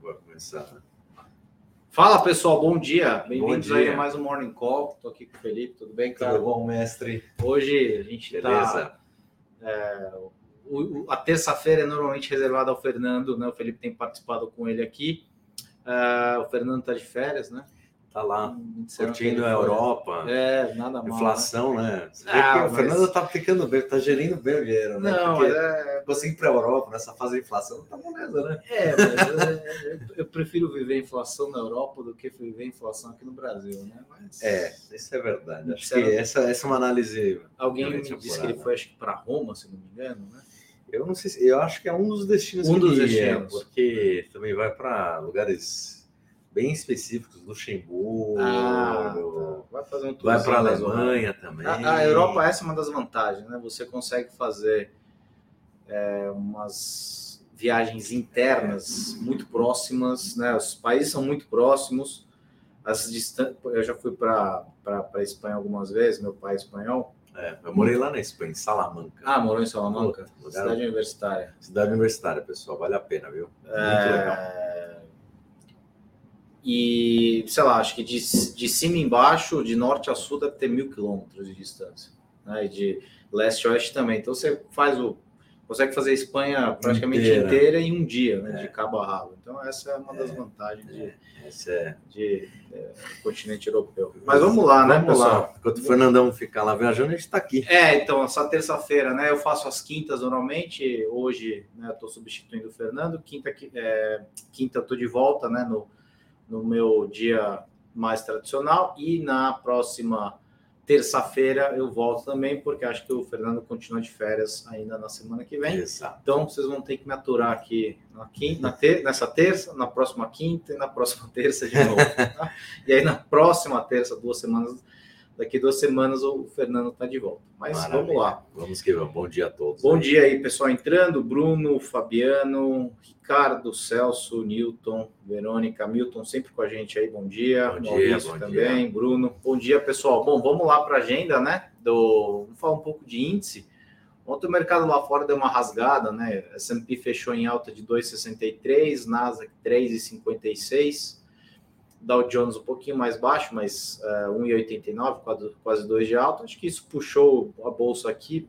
vai começar, né? Fala, pessoal, bom dia. Bem-vindos Bom aí dia. a mais um Morning Call. Estou aqui com o Felipe, tudo bem, cara? Tudo bom, mestre? Hoje a gente Beleza. A terça-feira é normalmente reservada ao Fernando, né? O Felipe tem participado com ele aqui. O Fernando está de férias, né? Tá lá, curtindo a Europa. Nada mal. Inflação, né? Você vê que o Fernando tá ficando bem, tá gerindo bem o dinheiro, né? Não, porque conseguir ir pra Europa nessa fase de inflação, tá moleza, né? Mas eu prefiro viver inflação na Europa do que viver inflação aqui no Brasil, né? Mas... isso é verdade. Acho que essa é uma análise. Alguém me disse que ele foi, acho que para Roma, se não me engano, né? Eu não sei, eu acho que é um dos destinos porque também vai para lugares bem específicos, Luxemburgo, vai fazer um vai para a Alemanha também. A Europa, essa é uma das vantagens, né? Você consegue fazer umas viagens internas muito próximas, né? Os países são muito próximos. Eu já fui para a Espanha algumas vezes, meu pai é espanhol. Eu morei lá na Espanha, em Salamanca. Morou em Salamanca? Cidade universitária. Cidade universitária, pessoal, vale a pena, viu? Muito legal. E, sei lá, acho que de cima e embaixo, de norte a sul, deve ter 1.000 quilômetros de distância. Né? E de leste a oeste também. Então, você consegue fazer a Espanha praticamente inteira em um dia, né? De cabo a rabo. Então, essa é uma das vantagens de continente europeu. Mas vamos lá, né, pessoal? Enquanto o Fernandão ficar lá viajando, a gente está aqui. Então, essa terça-feira, né? Eu faço as quintas normalmente. Hoje, né, eu estou substituindo o Fernando. Quinta eu estou de volta, né? No meu dia mais tradicional. E na próxima terça-feira eu volto também, porque acho que o Fernando continua de férias ainda na semana que vem. Exato. Então, vocês vão ter que me aturar aqui nessa terça, na próxima quinta e na próxima terça de novo. Tá? E aí, na próxima terça, daqui 2 semanas, o Fernando está de volta. Mas Maravilha. Vamos lá. Vamos que vamos. Bom dia a todos. Bom dia aí, pessoal entrando. Bruno, Fabiano, Ricardo, Celso, Newton, Verônica, Milton, sempre com a gente aí. Bom dia. Maurício também, dia. Bruno. Bom dia, pessoal. Bom, vamos lá para a agenda, né? Vamos falar um pouco de índice. Ontem o mercado lá fora deu uma rasgada, né? S&P fechou em alta de 2,63, Nasdaq 3,56. Dow Jones um pouquinho mais baixo, mas 1,89, quase 2 de alta. Acho que isso puxou a bolsa aqui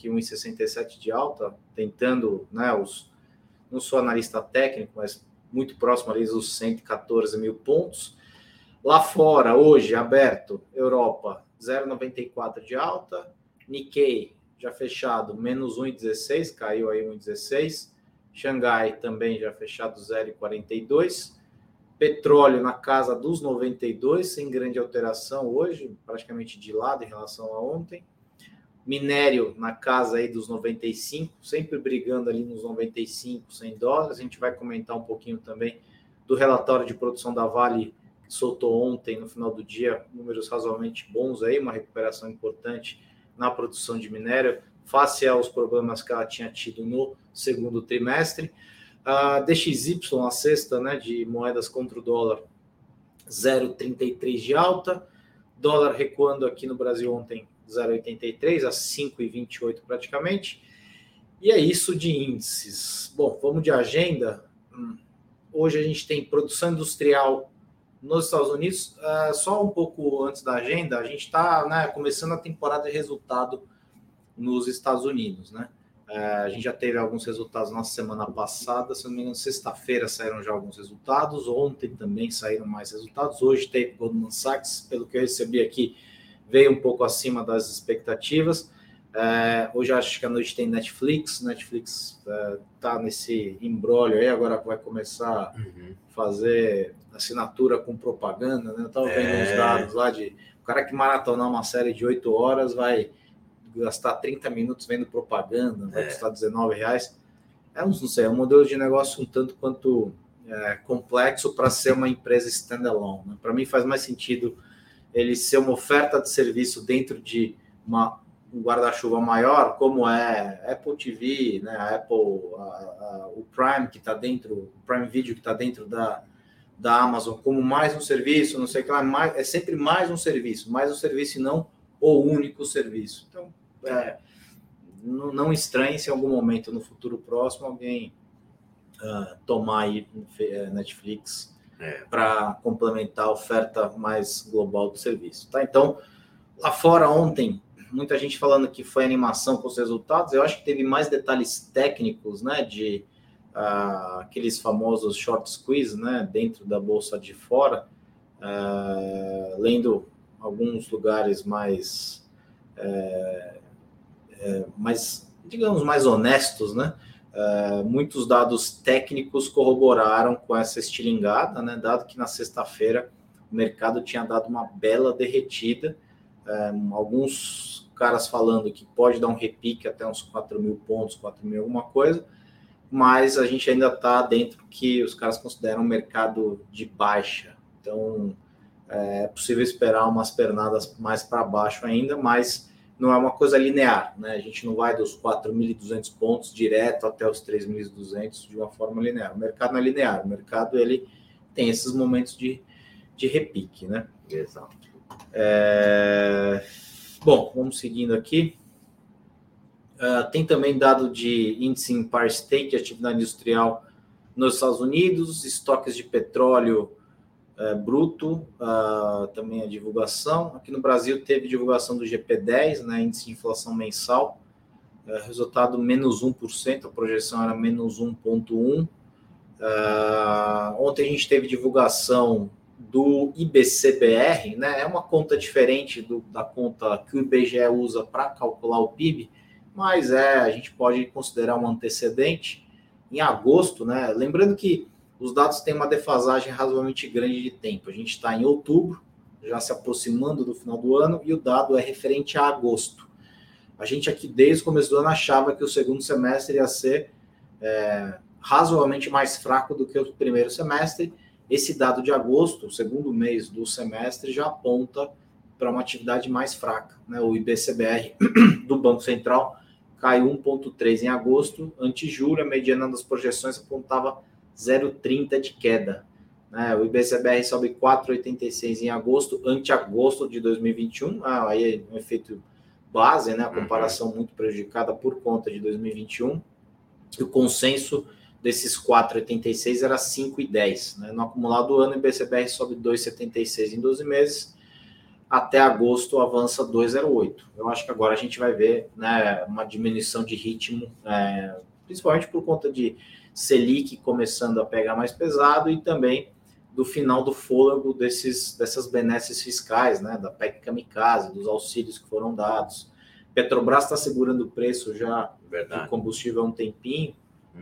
1,67 de alta, tentando, né, não sou analista técnico, mas muito próximo ali dos 114 mil pontos. Lá fora, hoje, aberto, Europa, 0,94 de alta, Nikkei já fechado, menos 1,16, caiu aí 1,16, Xangai também já fechado 0,42, petróleo na casa dos 92, sem grande alteração hoje, praticamente de lado em relação a ontem. Minério na casa aí dos 95, sempre brigando ali nos 95, 100 dólares. A gente vai comentar um pouquinho também do relatório de produção da Vale, que soltou ontem, no final do dia, números razoavelmente bons aí, uma recuperação importante na produção de minério, face aos problemas que ela tinha tido no segundo trimestre. A DXY, a sexta, né, de moedas contra o dólar, 0,33 de alta. Dólar recuando aqui no Brasil ontem, 0,83 a 5,28 praticamente. E é isso de índices. Bom, vamos de agenda. Hoje a gente tem produção industrial nos Estados Unidos. Só um pouco antes da agenda, a gente está, né, começando a temporada de resultado nos Estados Unidos, né? A gente já teve alguns resultados na semana passada, se não me engano, sexta-feira saíram já alguns resultados, ontem também saíram mais resultados, hoje teve Goldman Sachs, pelo que eu recebi aqui, veio um pouco acima das expectativas. Hoje acho que à noite tem Netflix está nesse imbróglio aí, agora vai começar a fazer assinatura com propaganda, né? Eu estava vendo uns dados lá de o cara que maratonar uma série de 8 horas vai gastar 30 minutos vendo propaganda, vai custar R$19. Não sei, é um modelo de negócio um tanto quanto complexo para ser uma empresa standalone. Né? Para mim faz mais sentido ele ser uma oferta de serviço dentro de um guarda-chuva maior, como é Apple TV, né? A Apple, o Prime que está dentro, o Prime Video que está dentro da Amazon, como mais um serviço, não sei o que lá, é sempre mais um serviço e não o único serviço. Então, não estranhe se em algum momento no futuro próximo alguém tomar aí Netflix para complementar a oferta mais global do serviço. Tá? Então, lá fora ontem, muita gente falando que foi animação com os resultados. Eu acho que teve mais detalhes técnicos, né, de aqueles famosos short squeeze, né, dentro da bolsa de fora, lendo alguns lugares mais, digamos, mais honestos, né? Muitos dados técnicos corroboraram com essa estilingada, né? Dado que na sexta-feira o mercado tinha dado uma bela derretida, alguns caras falando que pode dar um repique até uns 4.000 pontos, 4.000 alguma coisa, mas a gente ainda está dentro que os caras consideram um mercado de baixa. Então, é possível esperar umas pernadas mais para baixo ainda, mas não é uma coisa linear, né? A gente não vai dos 4.200 pontos direto até os 3.200 de uma forma linear. O mercado não é linear, o mercado ele tem esses momentos de repique, né? Exato. Bom, vamos seguindo aqui. Tem também dado de índice Empire State de atividade industrial nos Estados Unidos, estoques de petróleo bruto, também a divulgação. Aqui no Brasil teve divulgação do GP10, né, índice de inflação mensal, resultado menos 1%, a projeção era menos 1,1%. Ontem a gente teve divulgação do IBCBR, né, é uma conta diferente da conta que o IBGE usa para calcular o PIB, mas a gente pode considerar um antecedente em agosto, né? Lembrando que os dados têm uma defasagem razoavelmente grande de tempo. A gente está em outubro, já se aproximando do final do ano, e o dado é referente a agosto. A gente aqui, desde o começo do ano, achava que o segundo semestre ia ser razoavelmente mais fraco do que o primeiro semestre. Esse dado de agosto, o segundo mês do semestre, já aponta para uma atividade mais fraca, né? O IBCBR do Banco Central caiu 1,3 em agosto, ante julho, a mediana das projeções apontava 0,30 de queda, né? O IBCBR sobe 4,86 em agosto, ante agosto de 2021, aí é um efeito base, né? A comparação muito prejudicada por conta de 2021, e o consenso desses 4,86 era 5,10, né? No acumulado do ano, o IBCBR sobe 2,76 em 12 meses, até agosto avança 2,08. Eu acho que agora a gente vai ver, né, uma diminuição de ritmo, principalmente por conta de Selic começando a pegar mais pesado e também do final do fôlego dessas benesses fiscais, né, da PEC Kamikaze, dos auxílios que foram dados. Petrobras está segurando o preço já do combustível há um tempinho.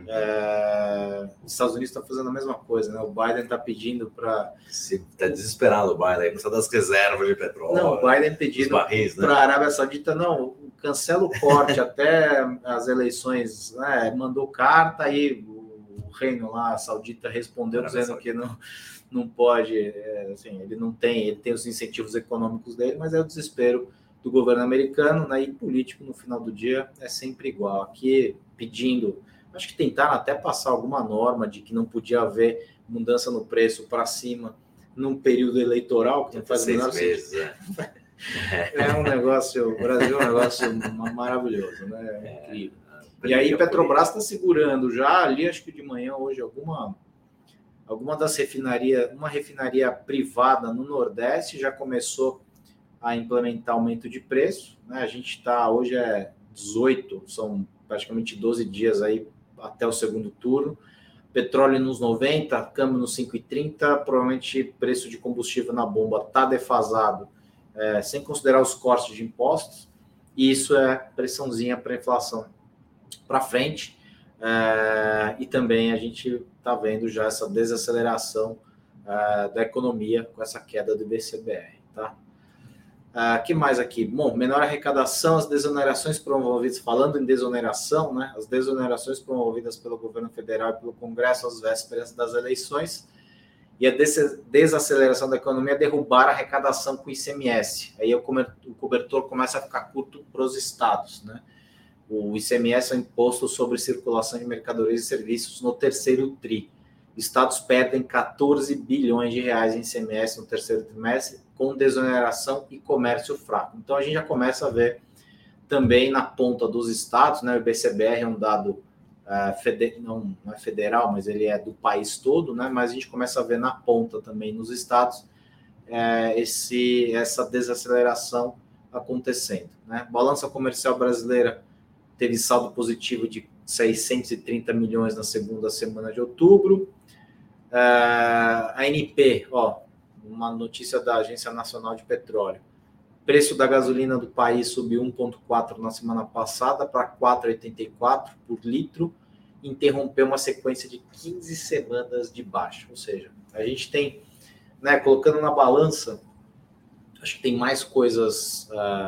Os Estados Unidos estão fazendo a mesma coisa, né? O Biden está pedindo para... Está desesperado o Biden, precisa das reservas de petróleo. Não, o Biden pedindo para a Arábia Saudita, não, cancela o corte até as eleições, né? Mandou carta, aí o reino lá, saudita, respondeu dizendo que não pode, assim, ele tem os incentivos econômicos dele, mas é o desespero do governo americano, né? E político, no final do dia, é sempre igual. Aqui, pedindo... Acho que tentaram até passar alguma norma de que não podia haver mudança no preço para cima num período eleitoral, que não faz o menor sentido. É um negócio, o Brasil é um negócio maravilhoso, né? É incrível. E aí Petrobras está segurando já ali, acho que de manhã hoje, alguma das refinarias, uma refinaria privada no Nordeste já começou a implementar aumento de preço, né? A gente está, hoje é 18, são praticamente 12 dias aí até o segundo turno, petróleo nos 90, câmbio nos 5,30, provavelmente preço de combustível na bomba está defasado, sem considerar os cortes de impostos, e isso é pressãozinha para a inflação para frente, e também a gente está vendo já essa desaceleração da economia com essa queda do IBCBR, tá? Que mais aqui? Bom, menor arrecadação, as desonerações promovidas, falando em desoneração, né? As desonerações promovidas pelo governo federal e pelo Congresso às vésperas das eleições, e a desaceleração da economia derrubar a arrecadação com o ICMS. Aí o cobertor começa a ficar curto para os estados, né? O ICMS é o Imposto sobre Circulação de Mercadorias e Serviços no terceiro TRI. Estados perdem 14 bilhões de reais em ICMS no terceiro trimestre, com desoneração e comércio fraco. Então, a gente já começa a ver também na ponta dos estados, né? O IBCBR é um dado não é federal, mas ele é do país todo, né? Mas a gente começa a ver na ponta também nos estados essa desaceleração acontecendo, né? Balança comercial brasileira teve saldo positivo de 630 milhões na segunda semana de outubro. A ANP, uma notícia da Agência Nacional de Petróleo. Preço da gasolina do país subiu 1,4 na semana passada para 4,84 por litro, interrompeu uma sequência de 15 semanas de baixa. Ou seja, a gente tem, né, colocando na balança, acho que tem mais coisas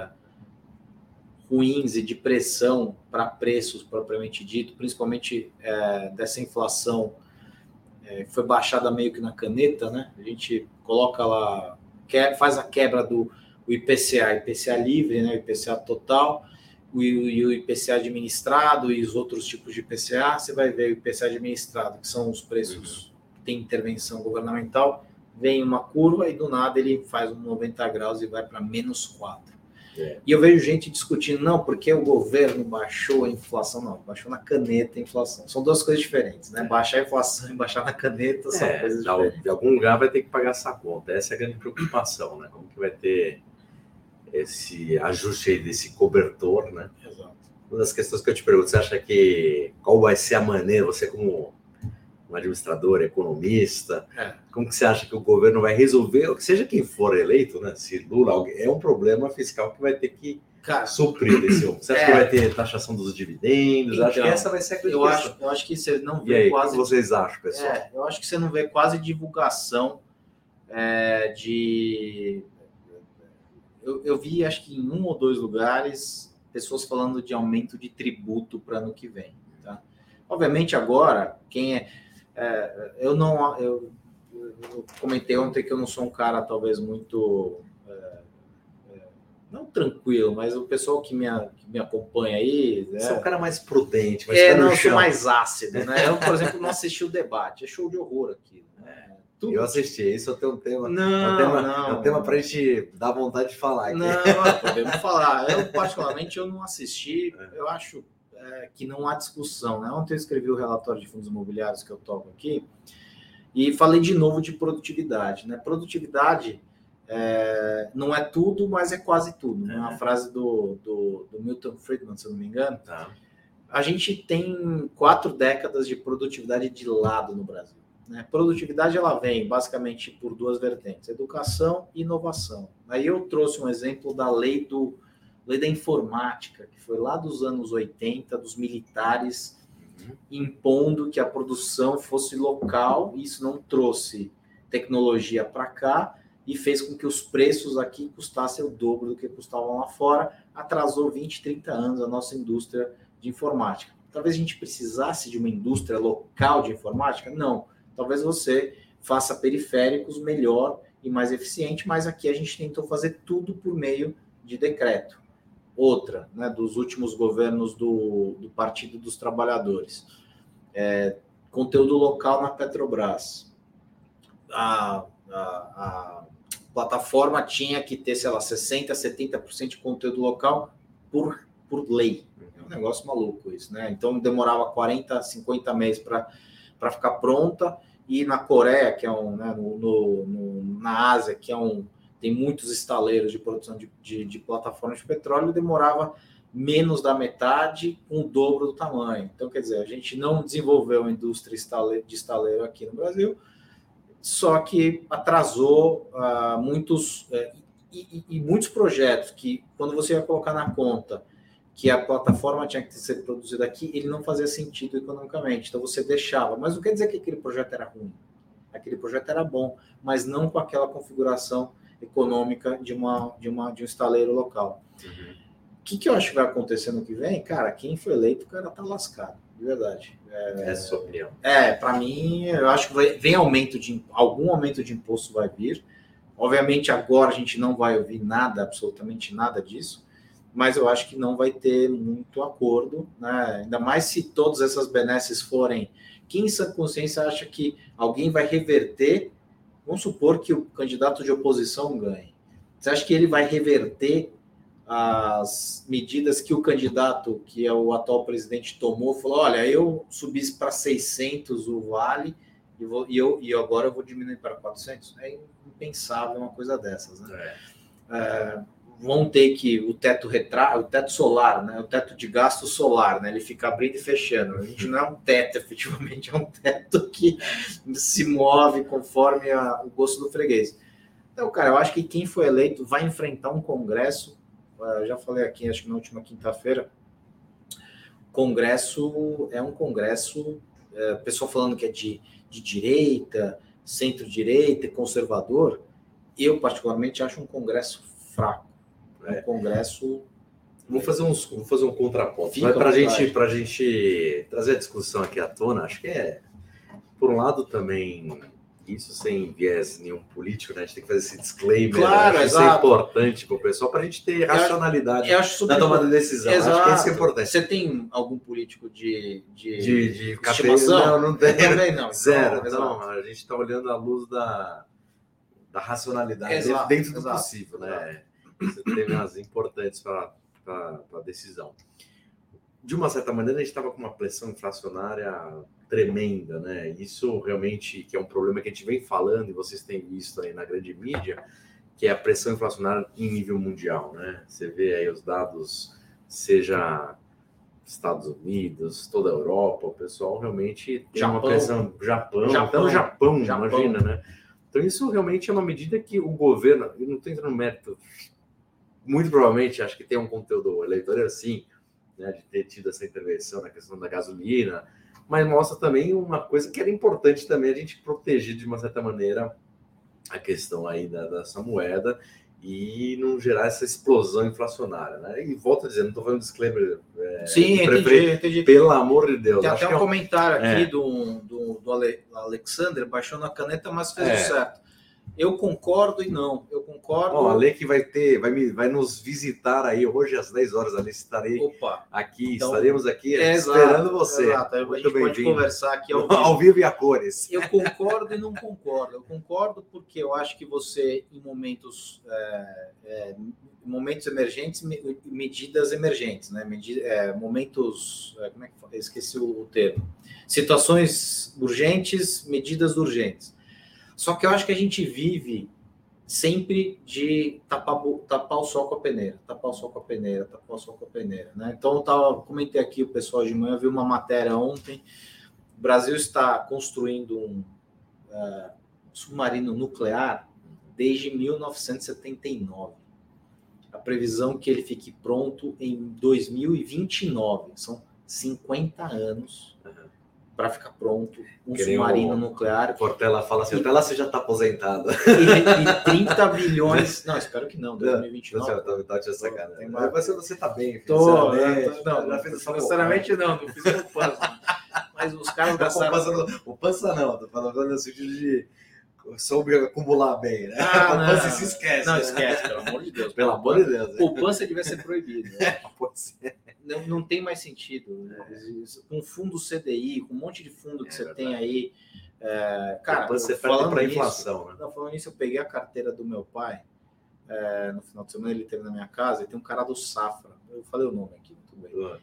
ruins e de pressão para preços propriamente dito, principalmente dessa inflação que foi baixada meio que na caneta, né? A gente coloca lá, faz a quebra do IPCA livre, né? O IPCA total, o IPCA administrado e os outros tipos de IPCA. Você vai ver o IPCA administrado, que são os preços que tem intervenção governamental, vem uma curva e do nada ele faz um 90 graus e vai para -4. E eu vejo gente discutindo, não, porque o governo baixou a inflação. Não, baixou na caneta a inflação. São duas coisas diferentes, né? Baixar a inflação e baixar na caneta são coisas diferentes. De algum lugar vai ter que pagar essa conta. Essa é a grande preocupação, né? Como que vai ter esse ajuste aí desse cobertor, né? Exato. Uma das questões que eu te pergunto, você acha que qual vai ser a maneira, você como um administrador, economista, como que você acha que o governo vai resolver, seja quem for eleito, né? Se Lula é um problema fiscal que vai ter que suprir desse homem. Você acha que vai ter taxação dos dividendos? Então, acho que essa vai ser a grande questão. Eu acho que você não vê quase... O que vocês acham, pessoal? Eu acho que você não vê quase divulgação de... Eu vi, acho que em 1 ou 2 lugares, pessoas falando de aumento de tributo para ano que vem. Tá? Obviamente, agora, eu comentei ontem que eu não sou um cara, talvez, muito... não tranquilo, mas o pessoal que me acompanha aí... Você é um cara mais prudente, eu sou mais ácido, né? Eu, por exemplo, não assisti o debate. É show de horror aqui. Tudo. Eu assisti, isso eu tenho um tema. Não. É um tema para a gente dar vontade de falar aqui. Não, podemos falar. Eu, particularmente, eu não assisti. Eu acho que não há discussão, né? Ontem eu escrevi o relatório de fundos imobiliários que eu toco aqui e falei de novo de produtividade, né? Produtividade não é tudo, mas é quase tudo. Né? Uma frase do Milton Friedman, se eu não me engano. A gente tem 4 décadas de produtividade de lado no Brasil. Né? Produtividade ela vem basicamente por 2 vertentes, educação e inovação. Aí eu trouxe um exemplo da lei da informática, que foi lá dos anos 80, dos militares, impondo que a produção fosse local, e isso não trouxe tecnologia para cá, e fez com que os preços aqui custassem o dobro do que custavam lá fora, atrasou 20, 30 anos a nossa indústria de informática. Talvez a gente precisasse de uma indústria local de informática? Não. Talvez você faça periféricos melhor e mais eficiente, mas aqui a gente tentou fazer tudo por meio de decreto. Outra, né, dos últimos governos do Partido dos Trabalhadores. Conteúdo local na Petrobras. A plataforma tinha que ter, sei lá, 60%, 70% de conteúdo local por lei. É um negócio maluco isso, né? Então demorava 40, 50 meses para ficar pronta, e na Coreia, que é na Ásia, que tem muitos estaleiros de produção de plataformas de petróleo, demorava menos da metade, com o dobro do tamanho. Então, quer dizer, a gente não desenvolveu uma indústria de estaleiro aqui no Brasil, só que atrasou muitos projetos que, quando você ia colocar na conta que a plataforma tinha que ser produzida aqui, ele não fazia sentido economicamente. Então você deixava. Mas não quer dizer que aquele projeto era ruim. Aquele projeto era bom, mas não com aquela configuração econômica de um estaleiro local. O que eu acho que vai acontecer no que vem? Cara, quem foi eleito, o cara tá lascado, de verdade. Essa é a sua opinião. Para mim, eu acho que vem algum aumento de imposto vai vir. Obviamente, agora a gente não vai ouvir absolutamente nada disso, mas eu acho que não vai ter muito acordo, né? Ainda mais se todas essas benesses forem... Quem em sã consciência acha que alguém vai reverter? Vamos supor que o candidato de oposição ganhe. Você acha que ele vai reverter as medidas que o candidato, que é o atual presidente, tomou, falou, olha, eu subi para 600 o vale e agora eu vou diminuir para 400. É impensável uma coisa dessas, né? Vão ter que o teto solar, né? O teto de gasto solar, né? Ele fica abrindo e fechando. A gente não é um teto, efetivamente, é um teto que se move conforme o gosto do freguês. Então, cara, eu acho que quem foi eleito vai enfrentar um Congresso. Eu já falei aqui, acho que na última quinta-feira, Congresso é um Congresso, pessoal falando que é de direita, centro-direita, conservador. Eu, particularmente, acho um Congresso fraco. É um Congresso... Vou fazer um contraponto. Mas para a gente trazer a discussão aqui à tona, acho que por um lado também... Isso sem viés nenhum político, né? A gente tem que fazer esse disclaimer. Claro, né? Isso é importante para o pessoal, para a gente ter racionalidade na tomada de decisão. Exato. Acho que isso é importante. Você tem algum político de estimação? Não tem. Também não. Zero. Então, a gente está olhando à luz da racionalidade dentro do possível. Né? Você tem as importantes para a decisão. De uma certa maneira, a gente estava com uma pressão inflacionária tremenda, né? Isso realmente que é um problema que a gente vem falando e vocês têm visto aí na grande mídia, que é a pressão inflacionária em nível mundial, né? Você vê aí os dados, seja Estados Unidos, toda a Europa, o pessoal realmente tem uma pressão... Japão, imagina, né? Então isso realmente é uma medida que o governo, eu não estou entrando no mérito, muito provavelmente, acho que tem um conteúdo eleitoral, sim, né, de ter tido essa intervenção na questão da gasolina, mas mostra também uma coisa que era importante também a gente proteger de uma certa maneira a questão aí dessa moeda e não gerar essa explosão inflacionária, né? E volto a dizer, não estou fazendo disclaimer. Sim, entendi. Pelo amor de Deus. Tem até um comentário aqui do Alexander, baixou na caneta, mas fez o certo. Eu concordo e não. Eu concordo. A Lei que vai nos visitar aí hoje às 10 horas. Ali estarei aqui, então, estaremos aqui esperando você. Exato. A gente pode conversar aqui ao vivo e a cores. Eu concordo e não concordo. Eu concordo porque eu acho que você, em momentos emergentes, medidas emergentes, né? Momentos, como é que fala? Esqueci o termo. Situações urgentes, medidas urgentes. Só que eu acho que a gente vive sempre de tapar o sol com a peneira, né? Então, comentei aqui, o pessoal de manhã viu uma matéria ontem, o Brasil está construindo um submarino nuclear desde 1979. A previsão é que ele fique pronto em 2029, são 50 anos para ficar pronto um submarino nuclear. Portela fala assim, Portela você já está aposentado. E 30 bilhões... Não, espero que não, 2029. Tá te sacanagem. Mas você está bem, não, sinceramente não fiz poupança. Mas os caras gastaram... Poupança não, tô falando no sentido de soube acumular bem, né? Poupança se esquece. Não, esquece, pelo amor de Deus. Pelo amor de Deus. Poupança devia ser proibida. Pode ser. Não tem mais sentido. Com fundo CDI, com um monte de fundo que você tem aí. Cara, você perde para a inflação. Né? Falando nisso, eu peguei a carteira do meu pai. No final de semana ele teve na minha casa e tem um cara do Safra. Eu falei o nome aqui, muito bem.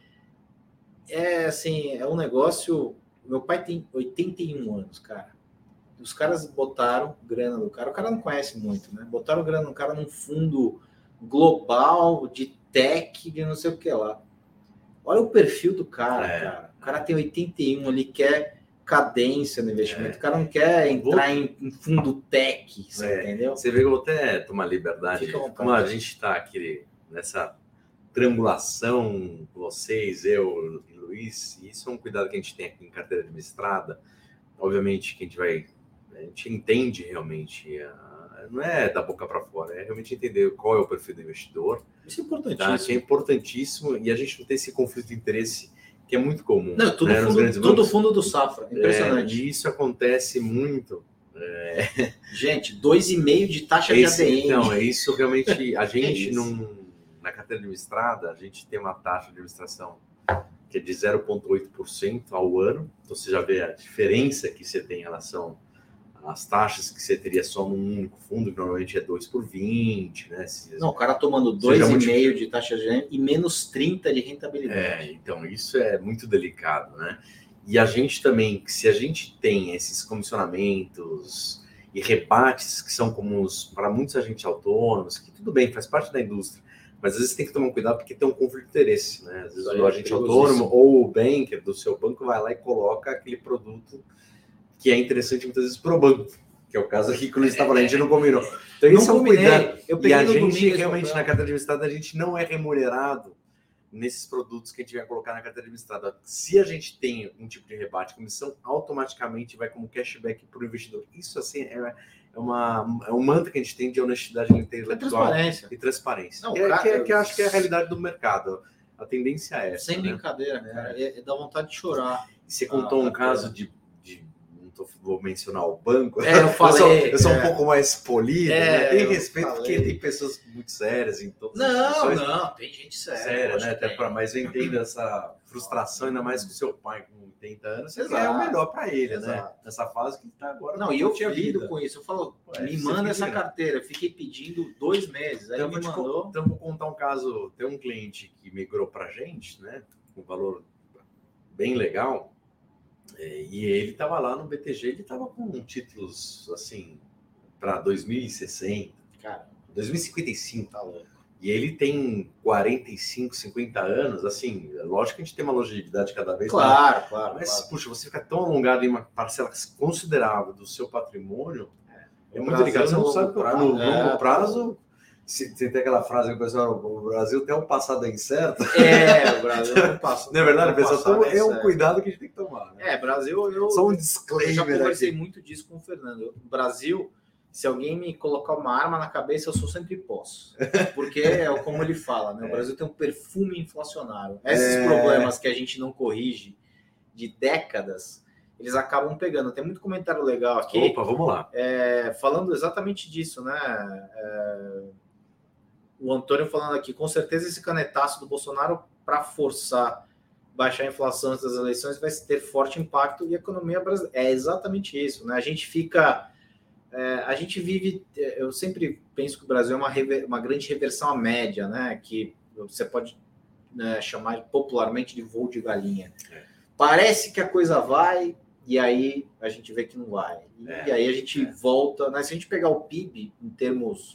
É um negócio... Meu pai tem 81 anos, cara. Os caras botaram grana no cara. O cara não conhece muito, né? Botaram grana no cara num fundo global de tech, de não sei o que lá. Olha o perfil do cara, cara. O cara tem 81, ele quer cadência no investimento. O cara não quer entrar em fundo tech, você entendeu? Você vê que eu vou até tomar liberdade. Como a gente está aqui nessa triangulação, vocês, eu e Luiz, e isso é um cuidado que a gente tem aqui em carteira administrada. Obviamente que a gente entende realmente, não é da boca para fora, é realmente entender qual é o perfil do investidor. Isso é importantíssimo. Tá? Que é importantíssimo e a gente não tem esse conflito de interesse que é muito comum. Não, tudo fundo do Safra, impressionante. E isso acontece muito. Gente, 2,5 de taxa de ADM. Então, isso realmente, a gente na carteira administrada, a gente tem uma taxa de administração que é de 0,8% ao ano, então você já vê a diferença que você tem em relação as taxas que você teria só num único fundo, que normalmente é 2 por 20, né? Não, o cara tomando 2,5 de taxa de juros e menos 30 de rentabilidade. Então isso é muito delicado, né? E a gente também, se a gente tem esses comissionamentos e rebates que são comuns para muitos agentes autônomos, que tudo bem, faz parte da indústria, mas às vezes tem que tomar cuidado porque tem um conflito de interesse, né? Às vezes o agente autônomo ou o banker do seu banco vai lá e coloca aquele produto que é interessante muitas vezes para o banco, que é o caso aqui que o Luiz estava falando, a gente não combinou. Então isso é um cuidado. E a gente realmente na carteira administrada, a gente não é remunerado nesses produtos que a gente vai colocar na carteira administrada. Se a gente tem um tipo de rebate, comissão automaticamente vai como cashback para o investidor. Isso assim é um mantra que a gente tem de honestidade intelectual e transparência. Não, que acho que é a realidade do mercado. A tendência é essa. Sem brincadeira, cara. Dá vontade de chorar. E você contou um caso de vou mencionar o banco. Eu falei. Eu sou um pouco mais polido, né? Tem respeito, porque tem pessoas muito sérias em todas as situações. Não, tem gente séria, né? Mas eu entendo essa frustração, ainda mais com seu pai com 80 anos, você quer o melhor para ele, né? Nessa fase que ele está agora. Não, e eu tinha vindo com isso. Eu falo, me manda essa carteira. Eu fiquei pedindo 2 meses. Aí me mandou. Então, vou contar um caso. Tem um cliente que migrou para a gente, né? Com valor bem legal. E ele estava lá no BTG, ele estava com títulos assim para 2060, cara, 2055, tá louco. E ele tem 45, 50 anos, assim, lógico que a gente tem uma longevidade cada vez mais. Claro. Mas, puxa, você fica tão alongado em uma parcela considerável do seu patrimônio, é muito delicado. Você não sabe no longo prazo. Você tem aquela frase que o pessoal, o Brasil tem um passado incerto. O Brasil tem um passado. Não é verdade, pessoal? Então é um cuidado que a gente tem que tomar. Né? Brasil, só um disclaimer. Eu já conversei muito disso com o Fernando. O Brasil, se alguém me colocar uma arma na cabeça, eu sou sempre posso. Porque é como ele fala, né? O Brasil tem um perfume inflacionário. Esses problemas que a gente não corrige de décadas, eles acabam pegando. Tem muito comentário legal aqui. Opa, vamos lá. Falando exatamente disso, né? O Antônio falando aqui, com certeza esse canetaço do Bolsonaro para forçar baixar a inflação antes das eleições vai ter forte impacto e a economia brasileira. É exatamente isso, né? A gente fica... a gente vive... Eu sempre penso que o Brasil é uma grande reversão à média, né? Que você pode chamar popularmente de voo de galinha. Parece que a coisa vai e aí a gente vê que não vai. E aí a gente volta... Né? Se a gente pegar o PIB em termos...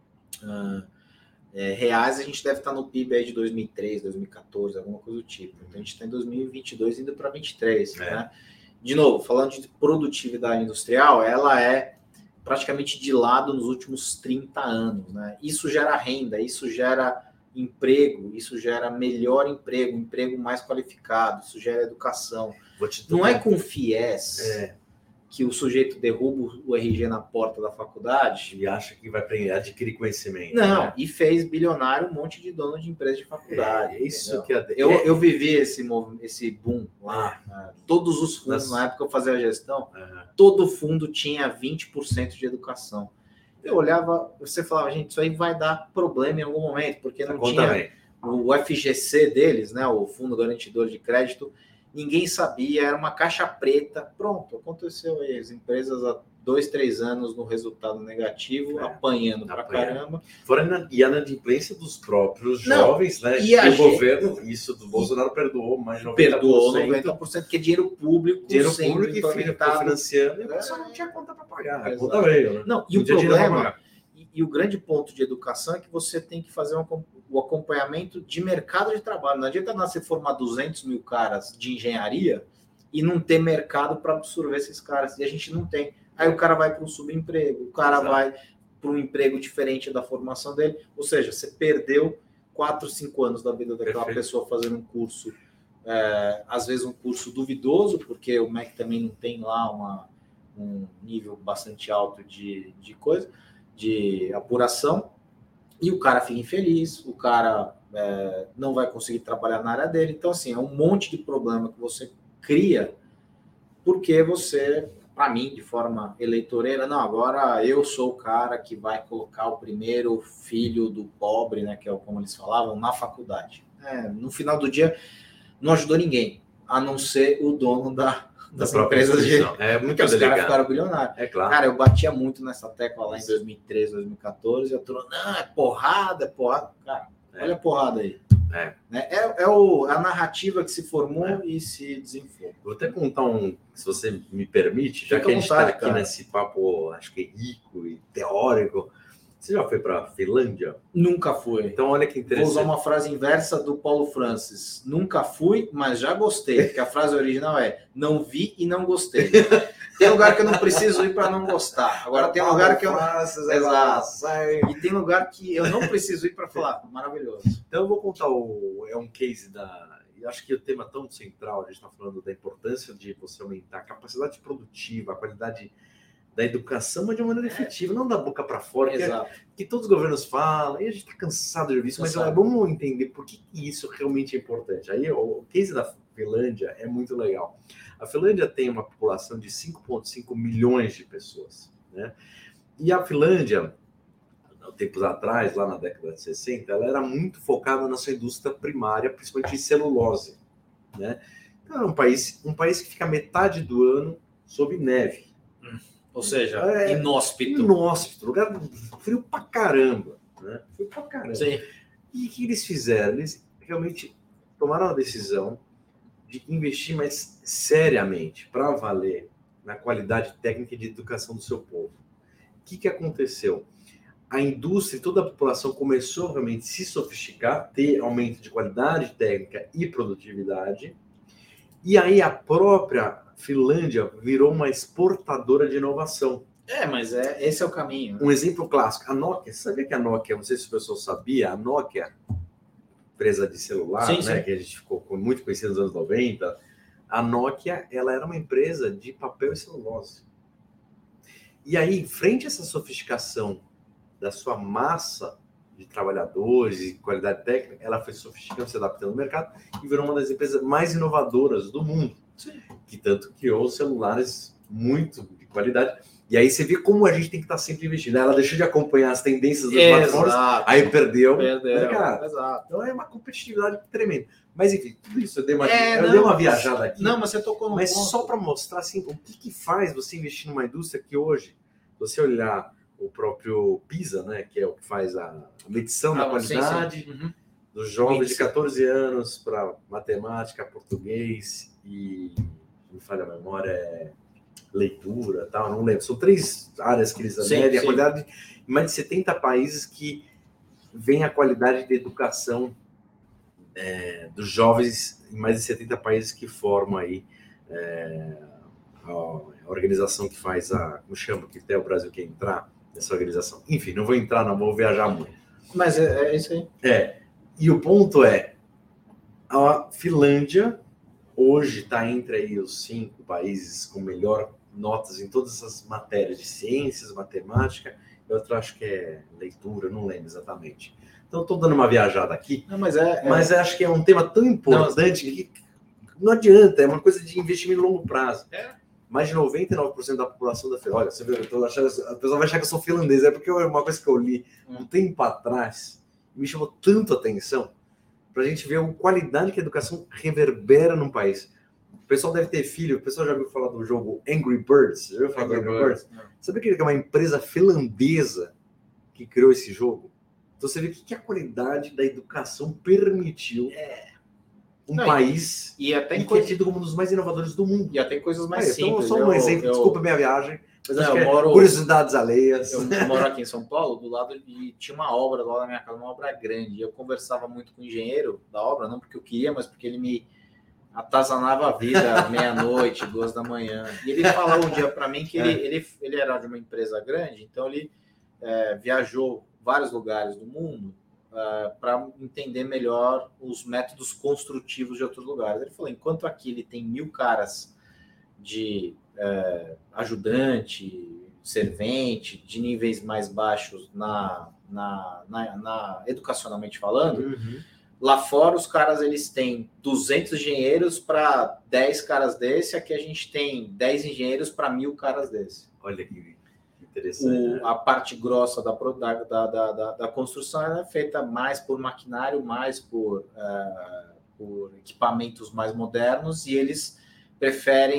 reais, a gente deve estar no PIB aí de 2003, 2014, alguma coisa do tipo. Então, a gente está em 2022 indo para 2023. Né? De novo, falando de produtividade industrial, ela é praticamente de lado nos últimos 30 anos. Né? Isso gera renda, isso gera emprego, isso gera melhor emprego mais qualificado, isso gera educação. Não é com FIES que o sujeito derruba o RG na porta da faculdade e acha que vai adquirir conhecimento. Não, né? E fez bilionário um monte de dono de empresa de faculdade. Isso que eu vivi esse boom lá. Todos os fundos, na época eu fazia a gestão, todo fundo tinha 20% de educação. Eu olhava, você falava, gente, isso aí vai dar problema em algum momento, porque não tinha o FGC deles, né, o Fundo Garantidor de Crédito. Ninguém sabia, era uma caixa preta. Pronto, aconteceu aí. As empresas há 2, 3 anos no resultado negativo, apanhando pra caramba. Fora a inadimplência dos próprios jovens, né? E o governo, isso do Bolsonaro perdoou mais de 90%. Perdoou 90%, que é dinheiro público. Dinheiro público que fica financiando. E o pessoal não tinha conta para pagar. A conta veio, né? Não, e o problema... E o grande ponto de educação é que você tem que fazer o acompanhamento de mercado de trabalho. Não adianta você formar 200 mil caras de engenharia e não ter mercado para absorver esses caras. E a gente não tem. Aí o cara vai para um subemprego, o cara vai para um emprego diferente da formação dele. Ou seja, você perdeu 4, 5 anos da vida daquela pessoa fazendo um curso, às vezes um curso duvidoso, porque o MEC também não tem lá um nível bastante alto de coisa, de apuração, e o cara fica infeliz, o cara não vai conseguir trabalhar na área dele. Então, assim, é um monte de problema que você cria porque você, para mim, de forma eleitoreira, não, agora eu sou o cara que vai colocar o primeiro filho do pobre, né, que é como eles falavam, na faculdade. No final do dia, não ajudou ninguém, a não ser o dono das empresas de... É muito porque os caras ficaram bilionários. É claro. Cara, eu batia muito nessa tecla lá em 2013, 2014, e eu tô, não, é porrada. Cara, olha a porrada aí. É a narrativa que se formou e se desenfou. Vou até contar se você me permite, já que a gente está aqui nesse papo, acho que rico e teórico. Você já foi para a Finlândia? Nunca fui. Então, olha que interessante. Vou usar uma frase inversa do Paulo Francis. Nunca fui, mas já gostei. Porque a frase original é: não vi e não gostei. Tem lugar que eu não preciso ir para não gostar. Agora tem lugar que eu... Exato. E tem lugar que eu não preciso ir para falar. Maravilhoso. Então, eu vou contar um case Eu acho que o tema tão central, a gente está falando da importância de você aumentar a capacidade produtiva, a qualidade da educação, mas de uma maneira efetiva, não da boca para fora, que todos os governos falam, e a gente está cansado de ouvir isso, mas vamos entender por que isso realmente é importante. Aí o case da Finlândia é muito legal. A Finlândia tem uma população de 5,5 milhões de pessoas, né? E a Finlândia, tempos atrás, lá na década de 60, ela era muito focada na sua indústria primária, principalmente em celulose, né? Então, é um país que fica metade do ano sob neve. Ou seja, inóspito. Inóspito, lugar frio pra caramba, né? Frio pra caramba. Sim. E o que eles fizeram? Eles realmente tomaram a decisão de investir mais seriamente, para valer, na qualidade técnica de educação do seu povo. O que aconteceu? A indústria e toda a população começou realmente a se sofisticar, ter aumento de qualidade técnica e produtividade, e aí a própria Finlândia virou uma exportadora de inovação. Mas esse é o caminho. Um exemplo clássico, a Nokia. Você sabia que a Nokia, não sei se o pessoal sabia, a Nokia, empresa de celular, sim, né, sim. que a gente ficou muito conhecida nos anos 90, a Nokia, ela era uma empresa de papel e celulose. E aí, frente a essa sofisticação da sua massa de trabalhadores e qualidade técnica, ela foi sofisticando, se adaptando ao mercado e virou uma das empresas mais inovadoras do mundo. Sim. Que tanto criou celulares muito de qualidade. E aí você vê como a gente tem que estar sempre investindo. Ela deixou de acompanhar as tendências dos smartphones, aí perdeu. Cara, exato. Então é uma competitividade tremenda. Mas enfim, tudo isso eu dei uma viajada aqui. Não, mas você tocou no ponto. Mas só para mostrar assim, o que faz você investir numa indústria que hoje, você olhar o próprio PISA, né, que é o que faz a medição da qualidade dos jovens de 14 anos para matemática, português e, me falha a memória, leitura, tal, não lembro. São 3 áreas que eles medem a qualidade em mais de 70 países que vem a qualidade de educação dos jovens em mais de 70 países que formam aí a organização que faz como chama, que até o Brasil quer entrar nessa organização. Enfim, não vou entrar, não vou viajar muito. Mas é isso aí. E o ponto a Finlândia hoje está entre aí os 5 países com melhor notas em todas essas matérias de ciências, matemática, e outra acho que é leitura, não lembro exatamente. Então, estou dando uma viajada aqui, mas acho que é um tema tão importante que não adianta, é uma coisa de investimento a longo prazo. Mais de 99% da população da Finlândia. Olha, você vê, a pessoa vai achar que eu sou finlandês, é porque uma coisa que eu li um tempo atrás me chamou tanto a atenção para a gente ver a qualidade que a educação reverbera num país. O pessoal deve ter filho, o pessoal já ouviu falar do jogo Angry Birds? Já ouviu falar do Angry Birds? Sabe que é uma empresa finlandesa que criou esse jogo? Então você vê que a qualidade da educação permitiu país e até que é tido como um dos mais inovadores do mundo. E até coisas mais simples. Então, só um exemplo, desculpa a minha viagem, mas acho que curiosidades alheias. Eu moro aqui em São Paulo, do lado de tinha uma obra lá na minha casa, uma obra grande. E eu conversava muito com o engenheiro da obra, não porque eu queria, mas porque ele me atazanava a vida meia-noite, 2 da manhã. E ele falou um dia para mim que ele era de uma empresa grande, então ele viajou vários lugares do mundo para entender melhor os métodos construtivos de outros lugares. Ele falou, enquanto aqui ele tem 1000 caras de ajudante, servente, de níveis mais baixos educacionalmente falando, lá fora os caras eles têm 200 engenheiros para 10 caras desse, aqui a gente tem 10 engenheiros para 1000 caras desse. Olha que interessante. A parte grossa da construção é feita mais por maquinário, mais por equipamentos mais modernos, e eles preferem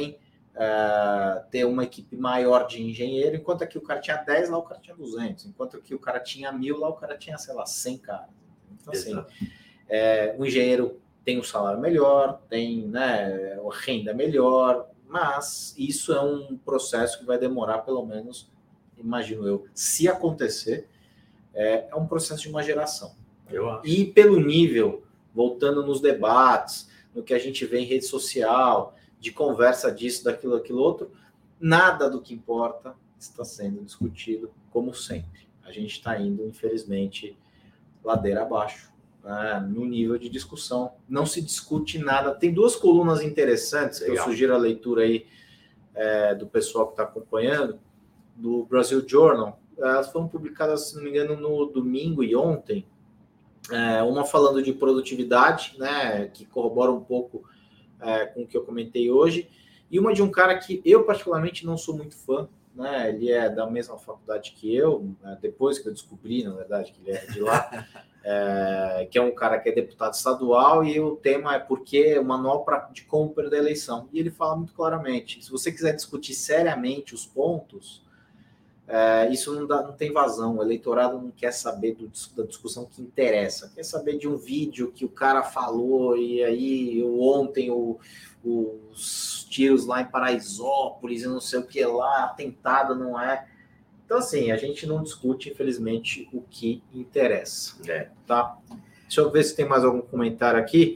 ter uma equipe maior de engenheiro, enquanto aqui o cara tinha 10, lá o cara tinha 200, enquanto aqui o cara tinha 1000, lá o cara tinha, sei lá, 100 caras. Então, assim, o engenheiro tem um salário melhor, tem, né, renda melhor, mas isso é um processo que vai demorar pelo menos, imagino eu, se acontecer, é um processo de uma geração. Eu acho. E pelo nível, voltando nos debates, no que a gente vê em rede social, de conversa disso, daquilo, aquilo outro, nada do que importa está sendo discutido, como sempre. A gente está indo, infelizmente, ladeira abaixo, no nível de discussão. Não se discute nada. Tem 2 colunas interessantes, que eu sugiro a leitura aí do pessoal que está acompanhando, do Brazil Journal. Elas foram publicadas, se não me engano, no domingo e ontem. Uma falando de produtividade, né, que corrobora um pouco com o que eu comentei hoje, e uma de um cara que eu particularmente não sou muito fã, né, ele é da mesma faculdade que eu, depois que eu descobri, na verdade, que ele é de lá, que é um cara que é deputado estadual, e o tema é porque o manual de como perder a eleição. E ele fala muito claramente, se você quiser discutir seriamente os pontos, isso não tem vazão. O eleitorado não quer saber da discussão que interessa, quer saber de um vídeo que o cara falou, e aí ontem os tiros lá em Paraisópolis, e não sei o que lá, atentado, não é. Então, assim, a gente não discute, infelizmente, o que interessa. Tá? Deixa eu ver se tem mais algum comentário aqui.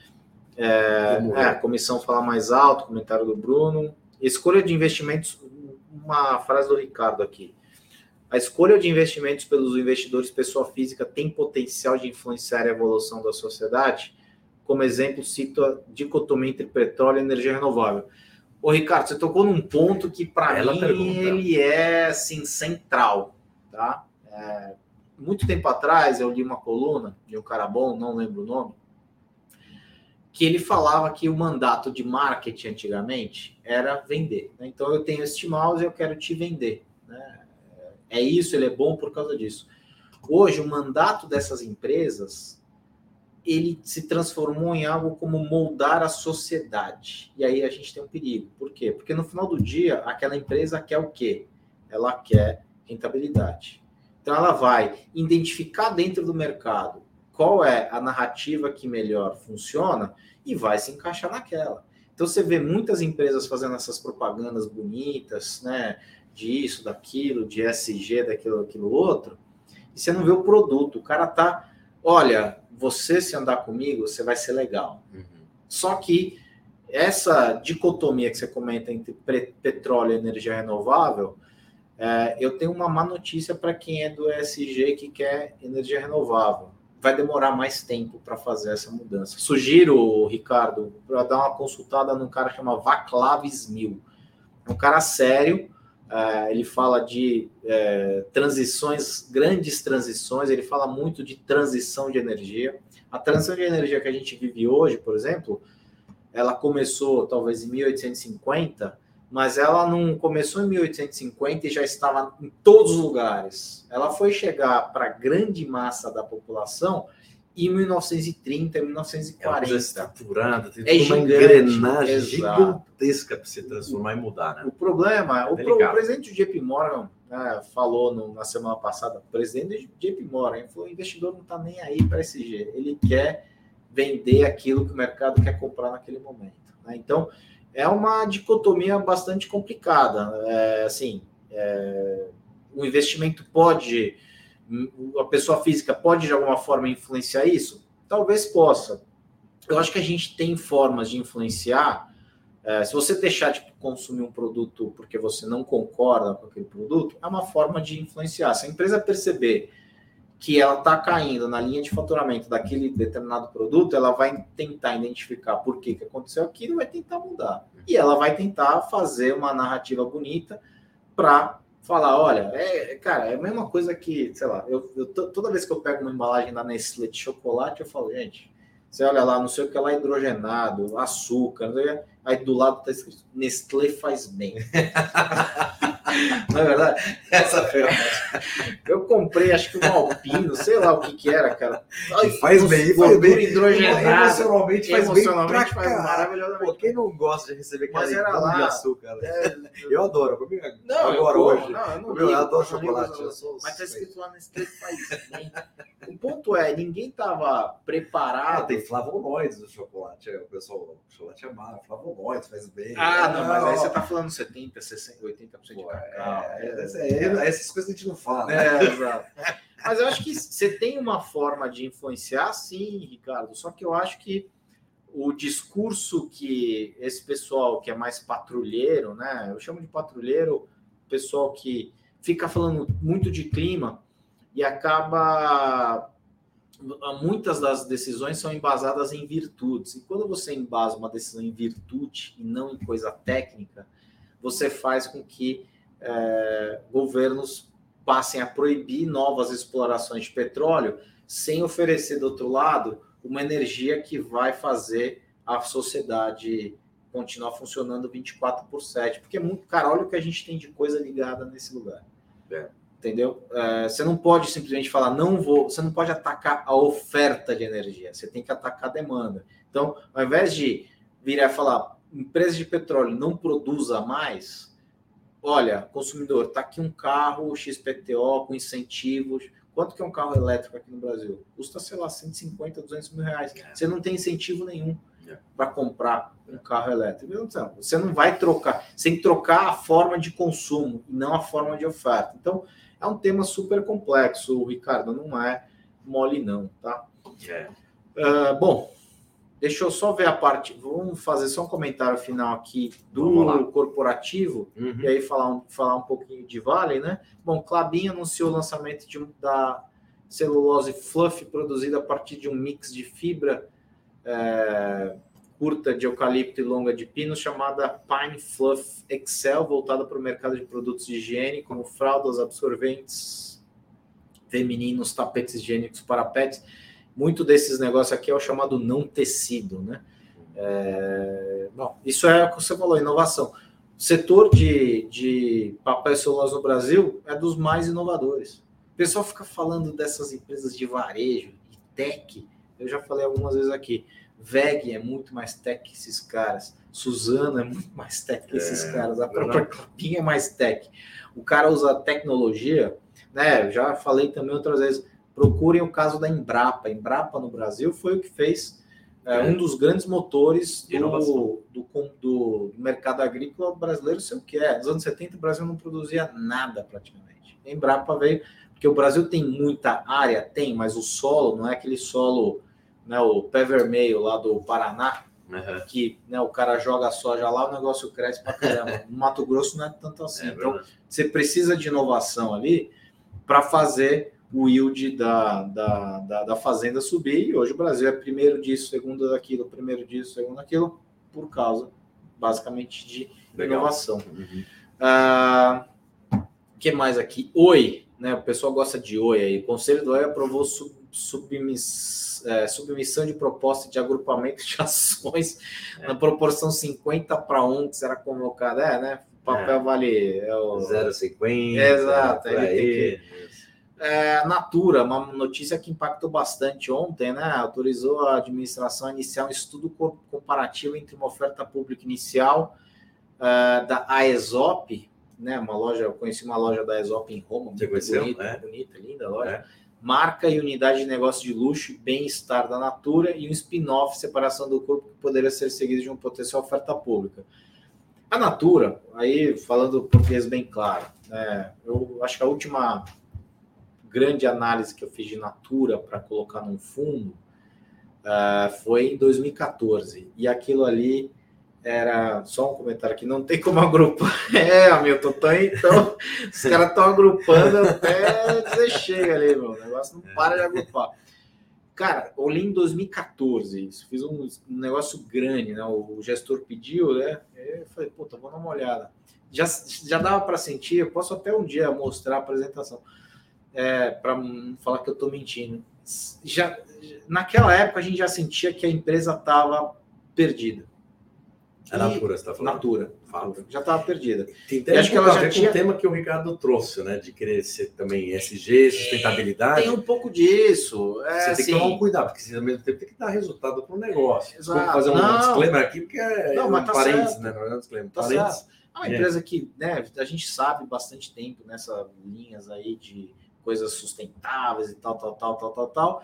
A comissão fala mais alto, comentário do Bruno. Escolha de investimentos, uma frase do Ricardo aqui. A escolha de investimentos pelos investidores pessoa física tem potencial de influenciar a evolução da sociedade? Como exemplo, cito a dicotomia entre petróleo e energia renovável. Ô, Ricardo, você tocou num ponto que, para mim, ele é, assim, central, tá? Muito tempo atrás, eu li uma coluna de um cara bom, não lembro o nome, que ele falava que o mandato de marketing antigamente era vender, né? Então, eu tenho este mouse e eu quero te vender, né? É isso, ele é bom por causa disso. Hoje, o mandato dessas empresas, ele se transformou em algo como moldar a sociedade. E aí a gente tem um perigo. Por quê? Porque no final do dia, aquela empresa quer o quê? Ela quer rentabilidade. Então ela vai identificar dentro do mercado qual é a narrativa que melhor funciona e vai se encaixar naquela. Então você vê muitas empresas fazendo essas propagandas bonitas, né? Disso, daquilo, de ESG, daquilo outro, e você não vê o produto. O cara tá... Olha, você se andar comigo, você vai ser legal. Só que essa dicotomia que você comenta entre petróleo e energia renovável, eu tenho uma má notícia para quem é do ESG que quer energia renovável. Vai demorar mais tempo para fazer essa mudança. Sugiro, Ricardo, para dar uma consultada num cara que chama Vaclav Smil. É um cara sério. Ele fala de transições, grandes transições, ele fala muito de transição de energia. A transição de energia que a gente vive hoje, por exemplo, ela começou talvez em 1850, mas ela não começou em 1850 e já estava em todos os lugares. Ela foi chegar para a grande massa da população em 1930, 1940. É estruturada, tem uma engrenagem gigantesca para se transformar e mudar, né? O problema, o presidente do JP Morgan, né, falou na semana passada, o presidente do JP Morgan falou: o investidor não está nem aí para ESG, ele quer vender aquilo que o mercado quer comprar naquele momento, né? Então, é uma dicotomia bastante complicada. O investimento pode... A pessoa física pode, de alguma forma, influenciar isso? Talvez possa. Eu acho que a gente tem formas de influenciar. Se você deixar de consumir um produto porque você não concorda com aquele produto, é uma forma de influenciar. Se a empresa perceber que ela está caindo na linha de faturamento daquele determinado produto, ela vai tentar identificar por que aconteceu aquilo e vai tentar mudar. E ela vai tentar fazer uma narrativa bonita para falar: olha, cara, é a mesma coisa que, sei lá, toda vez que eu pego uma embalagem da Nestlé de chocolate, eu falo: gente, você olha lá, não sei o que lá, hidrogenado, açúcar, aí do lado está escrito: Nestlé faz bem. Não é verdade? Essa foi Eu comprei, acho que um Alpino, sei lá o que era, cara. Ai, faz bem, hidrogenada. Emocionalmente faz maravilhosamente. Pô, quem não gosta de receber aquele pão de açúcar? Eu adoro. Eu adoro chocolate. Mas tá escrito lá nesse texto, faz bem. O ponto é, ninguém tava preparado. Tem flavonoides no chocolate. O pessoal, o chocolate é amargo, flavonoides, faz bem. Não, mas aí você tá falando 70, 60, 80% de cacau. Essas coisas a gente não fala. Exato. Mas eu acho que você tem uma forma de influenciar, sim, Ricardo. Só que eu acho que o discurso que esse pessoal que é mais patrulheiro, né? Eu chamo de patrulheiro o pessoal que fica falando muito de clima e acaba... Muitas das decisões são embasadas em virtudes. E quando você embasa uma decisão em virtude e não em coisa técnica, você faz com que governos passem a proibir novas explorações de petróleo sem oferecer, do outro lado, uma energia que vai fazer a sociedade continuar funcionando 24/7. Porque é muito, cara, olha o que a gente tem de coisa ligada nesse lugar. Entendeu? Você não pode simplesmente falar, você não pode atacar a oferta de energia, você tem que atacar a demanda. Então, ao invés de virar e falar, empresa de petróleo não produza mais, olha, consumidor, está aqui um carro XPTO com incentivos. Quanto que é um carro elétrico aqui no Brasil? Custa, sei lá, 150, 200 mil reais. Você não tem incentivo nenhum para comprar um carro elétrico. Então, você não vai trocar. Você tem que trocar a forma de consumo e não a forma de oferta. Então, é um tema super complexo, Ricardo. Não é mole, não, tá? Bom, deixa eu só ver a parte... Vamos fazer só um comentário final aqui do corporativo, e aí falar um pouquinho de Vale, né? Bom, Klabin anunciou o lançamento da celulose fluff produzida a partir de um mix de fibra curta de eucalipto e longa de pino, chamada Pine Fluff Excel, voltada para o mercado de produtos de higiene, como fraldas, absorventes femininos, tapetes higiênicos para pets. Muito desses negócios aqui é o chamado não tecido, né? Bom, isso é o que você falou, inovação. O setor de papel e celulose no Brasil é dos mais inovadores. O pessoal fica falando dessas empresas de varejo, de tech. Eu já falei algumas vezes aqui. VEG é muito mais tech que esses caras. Suzano é muito mais tech que esses caras. A própria Klabin é mais tech. O cara usa tecnologia, né? Eu já falei também outras vezes. Procurem o caso da Embrapa. A Embrapa no Brasil foi o que fez um dos grandes motores do mercado agrícola brasileiro, sei o que é. Nos anos 70 o Brasil não produzia nada praticamente. A Embrapa veio, porque o Brasil tem muita área, tem, mas o solo não é aquele solo, né, o pé vermelho lá do Paraná, que, né, o cara joga a soja lá, o negócio cresce pra caramba. No Mato Grosso não é tanto assim. Então, você precisa de inovação ali para fazer o yield da fazenda subir, e hoje o Brasil é primeiro disso, segundo daquilo, primeiro disso, segundo daquilo, por causa, basicamente, de inovação. O que mais aqui? Oi, né? O pessoal gosta de Oi aí. O Conselho do Oi aprovou submissão de proposta de agrupamento de ações na proporção 50/1 que será convocada. Né? O papel vale... 0,50. Exato. Aí Natura, uma notícia que impactou bastante ontem, né? Autorizou a administração a iniciar um estudo comparativo entre uma oferta pública inicial da Aesop, né? Eu conheci uma loja da Aesop em Roma, muito bonita, linda loja. Marca e unidade de negócio de luxo e bem-estar da Natura e um spin-off, separação do corpo, que poderia ser seguido de uma potencial oferta pública. A Natura, aí falando português bem claro, eu acho que a última grande análise que eu fiz de Natura para colocar num fundo foi em 2014. E aquilo ali era... Só um comentário aqui, não tem como agrupar. Hamilton, então os caras estão agrupando até dizer chega ali, meu. O negócio não para de agrupar. Cara, olhei em 2014, isso, fiz um negócio grande, né? O gestor pediu, né? Eu falei, puta, vou dar uma olhada. Já dava para sentir, eu posso até um dia mostrar a apresentação. Para não falar que eu estou mentindo. Naquela época a gente já sentia que a empresa estava perdida. É Natura, você está falando? Natura. Já estava perdida. Tem acho que ela já tinha um tema que o Ricardo trouxe, né? De querer ser também ESG, sustentabilidade. Tem um pouco disso. Você tem que tomar um cuidado, porque você ao mesmo tempo tem que dar resultado para o negócio. Vamos fazer um disclaimer aqui, porque mas tá parênteses, certo. né? Não é um disclaimer. Tá certo. É uma empresa que, né, a gente sabe bastante tempo nessas linhas aí de coisas sustentáveis e tal.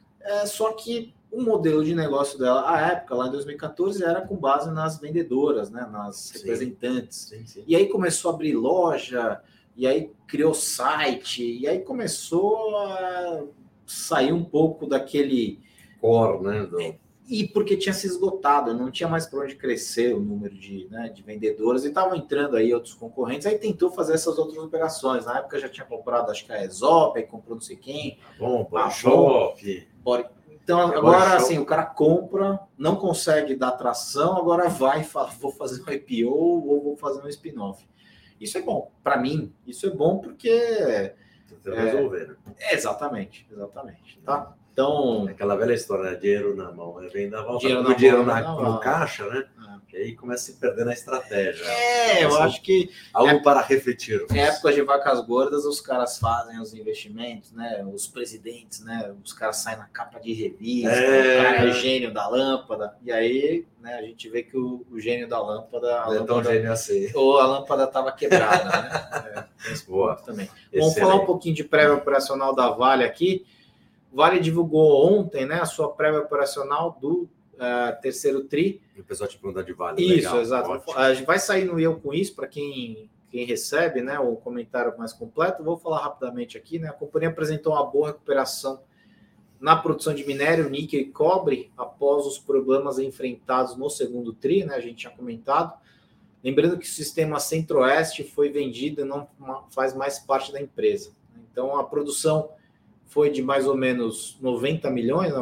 Só que o modelo de negócio dela, à época, lá em 2014, era com base nas vendedoras, né, nas representantes. Sim. E aí começou a abrir loja, e aí criou site, e aí começou a sair um pouco daquele core, né? E porque tinha se esgotado, não tinha mais para onde crescer o número de vendedoras, e estavam entrando aí outros concorrentes, aí tentou fazer essas outras operações. Na época já tinha comprado, acho que a Exop, aí comprou não sei quem. Body Shop. Então, agora, assim, o cara compra, não consegue dar tração, agora vai e fala, vou fazer um IPO ou vou fazer um spin-off. Isso é bom. Para mim, isso é bom porque... resolver, né? Exatamente. Tá? Então... Aquela velha história, né? Dinheiro na mão. Vem da volta dinheiro no caixa, né? E aí começa a se perder na estratégia. Eu acho que... Algo para refletir. Em épocas de vacas gordas, os caras fazem os investimentos, né? Os presidentes, né? Os caras saem na capa de revista, o cara é gênio da lâmpada. E aí, né, a gente vê que o gênio da lâmpada... Não é tão gênio assim. Ou a lâmpada estava quebrada, né? Boa. Também. Vamos falar um pouquinho de prévia operacional da Vale aqui. Vale divulgou ontem, né, a sua prévia operacional do terceiro TRI. O pessoal te pergunta de Vale. Isso, legal, exato. Ótimo. A gente vai sair no Eu Com Isso para quem recebe, né, o comentário mais completo. Vou falar rapidamente aqui, né? A companhia apresentou uma boa recuperação na produção de minério, níquel e cobre após os problemas enfrentados no segundo TRI, né? A gente tinha comentado. Lembrando que o sistema Centro-Oeste foi vendido e não faz mais parte da empresa. Então, a produção foi de mais ou menos 90 milhões,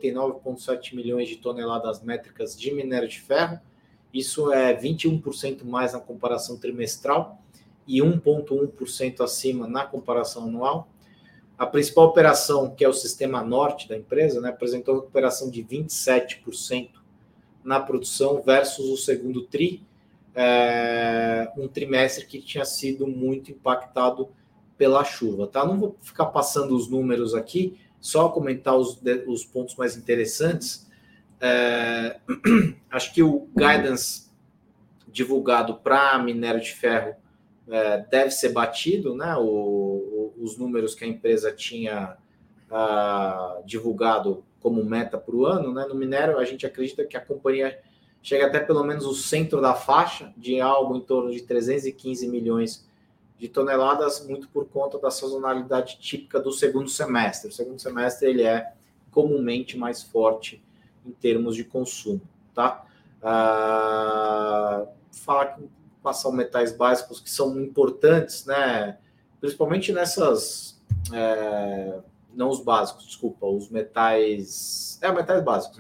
89,7 milhões de toneladas métricas de minério de ferro. Isso é 21% mais na comparação trimestral e 1,1% acima na comparação anual. A principal operação, que é o sistema norte da empresa, né, apresentou recuperação de 27% na produção versus o segundo TRI, um trimestre que tinha sido muito impactado pela chuva, tá? Não vou ficar passando os números aqui, só comentar os pontos mais interessantes. Acho que o guidance divulgado para minério de ferro deve ser batido, né? Os números que a empresa tinha divulgado como meta para o ano, né? No minério, a gente acredita que a companhia chega até pelo menos o centro da faixa, de algo em torno de 315 milhões de toneladas, muito por conta da sazonalidade típica do segundo semestre. O segundo semestre ele é comumente mais forte em termos de consumo, tá? Passar os metais básicos que são importantes, né? Principalmente nessas... não os básicos, desculpa, os metais... metais básicos.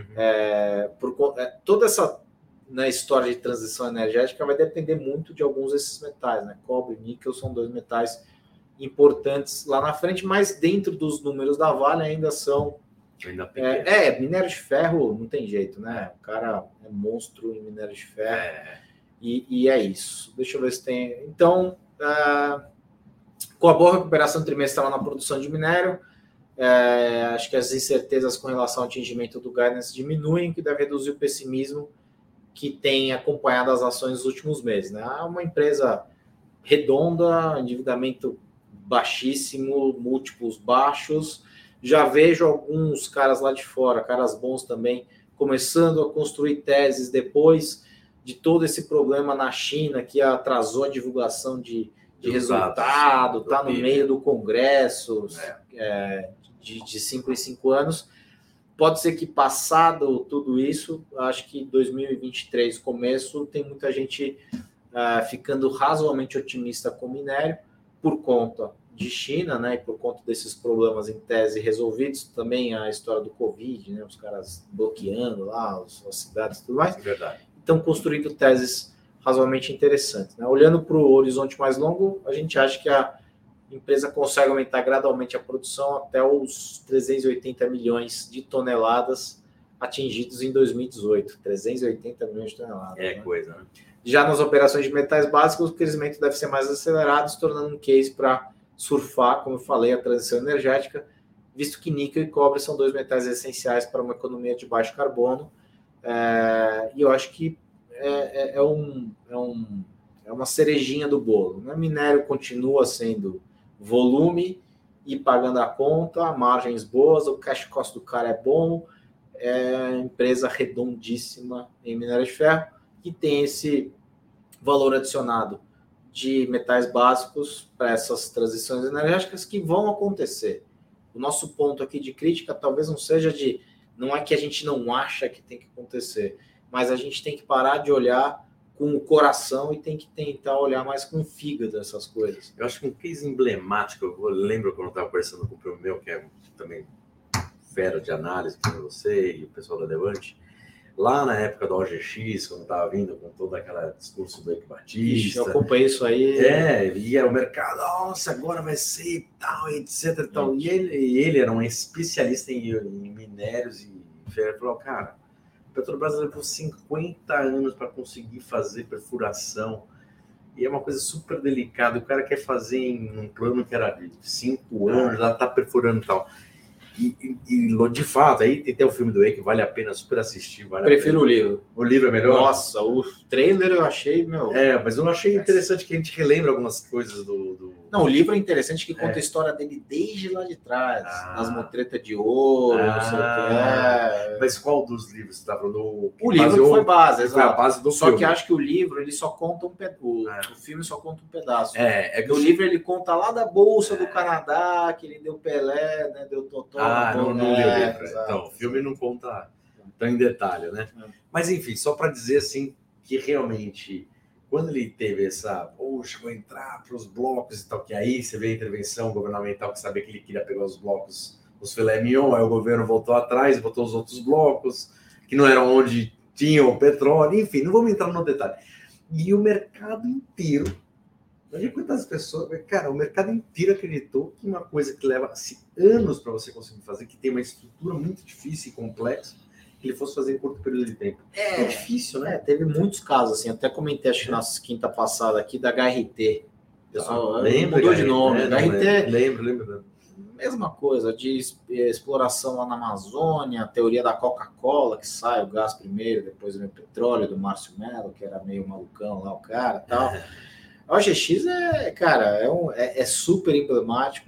Toda essa história de transição energética vai depender muito de alguns desses metais, né? Cobre e níquel são dois metais importantes lá na frente, mas dentro dos números da Vale ainda são... minério de ferro não tem jeito, né? O cara é monstro em minério de ferro. E é isso. Deixa eu ver se tem... Então, com a boa recuperação trimestral na produção de minério, acho que as incertezas com relação ao atingimento do guidance diminuem, que deve reduzir o pessimismo que tem acompanhado as ações nos últimos meses, né? É uma empresa redonda, endividamento baixíssimo, múltiplos baixos. Já vejo alguns caras lá de fora, caras bons também, começando a construir teses depois de todo esse problema na China, que atrasou a divulgação de resultado, está no meio do Congresso, de 5 em 5 anos. Pode ser que, passado tudo isso, acho que 2023, começo, tem muita gente ficando razoavelmente otimista com o minério, por conta de China, né, e por conta desses problemas em tese resolvidos, também a história do Covid, né, os caras bloqueando lá as cidades e tudo mais. Verdade. Estão construindo teses razoavelmente interessantes, né? Olhando para o horizonte mais longo, a gente acha que a empresa consegue aumentar gradualmente a produção até os 380 milhões de toneladas atingidos em 2018, 380 milhões de toneladas. É, né? Coisa, né? Já nas operações de metais básicos, o crescimento deve ser mais acelerado, se tornando um case para surfar, como eu falei, a transição energética, visto que níquel e cobre são 2 metais essenciais para uma economia de baixo carbono. E eu acho que é uma cerejinha do bolo. Né? Minério continua sendo volume e pagando a conta, margens boas, o cash cost do cara é bom, é empresa redondíssima em minério de ferro, que tem esse valor adicionado de metais básicos para essas transições energéticas que vão acontecer. O nosso ponto aqui de crítica talvez não seja não é que a gente não acha que tem que acontecer, mas a gente tem que parar de olhar com o coração e tem que tentar olhar mais com o fígado essas coisas. Eu acho que um case emblemático, eu lembro quando eu estava conversando com o primo meu, que é também fera de análise, como você e o pessoal da Levante, lá na época do OGX, quando estava vindo com todo aquele discurso do Eike Batista. Eu acompanhei isso aí. E era o mercado, nossa, agora vai ser tal, etc. E tal. E ele era um especialista em minérios e ele falou, cara, o Petrobras levou 50 anos para conseguir fazer perfuração. E é uma coisa super delicada. O cara quer fazer em um plano que era de 5 anos, já está perfurando e tal. E de fato, aí tem o filme do Eike, vale a pena super assistir. Prefiro o livro. O livro é melhor? Nossa, o trailer eu achei, mas eu achei interessante que a gente relembra algumas coisas do... Não, o livro é interessante que conta a história dele desde lá de trás, nas motretas de ouro, não sei o que. Mas qual dos livros você está falando? O livro foi base, exato. Foi a base do só filme. que acho que o livro, ele só conta um pedaço. O filme só conta um pedaço. O livro, ele conta lá da Bolsa do Canadá, que ele deu Pelé, né, deu Totó. Não li o livro. Então, o filme não conta tão em detalhe, né? Mas, enfim, só para dizer, assim, que realmente... Quando ele teve vou entrar para os blocos e tal, que aí você vê a intervenção governamental, que sabia que ele queria pegar os blocos, os filé mignon, aí o governo voltou atrás, botou os outros blocos, que não eram onde tinha o petróleo, enfim, não vamos entrar no detalhe. E o mercado inteiro, olha quantas pessoas, cara, o mercado inteiro acreditou que uma coisa que leva anos para você conseguir fazer, que tem uma estrutura muito difícil e complexa, que ele fosse fazer em curto período de tempo. É difícil, né? Teve muitos casos, assim, até comentei, acho que na quinta passada aqui, da HRT. O pessoal mudou de nome. HRT, lembro. Mesma coisa, de exploração lá na Amazônia, a teoria da Coca-Cola, que sai o gás primeiro, depois vem o petróleo, do Márcio Mello, que era meio malucão lá, o cara e tal. A OGX é super emblemático,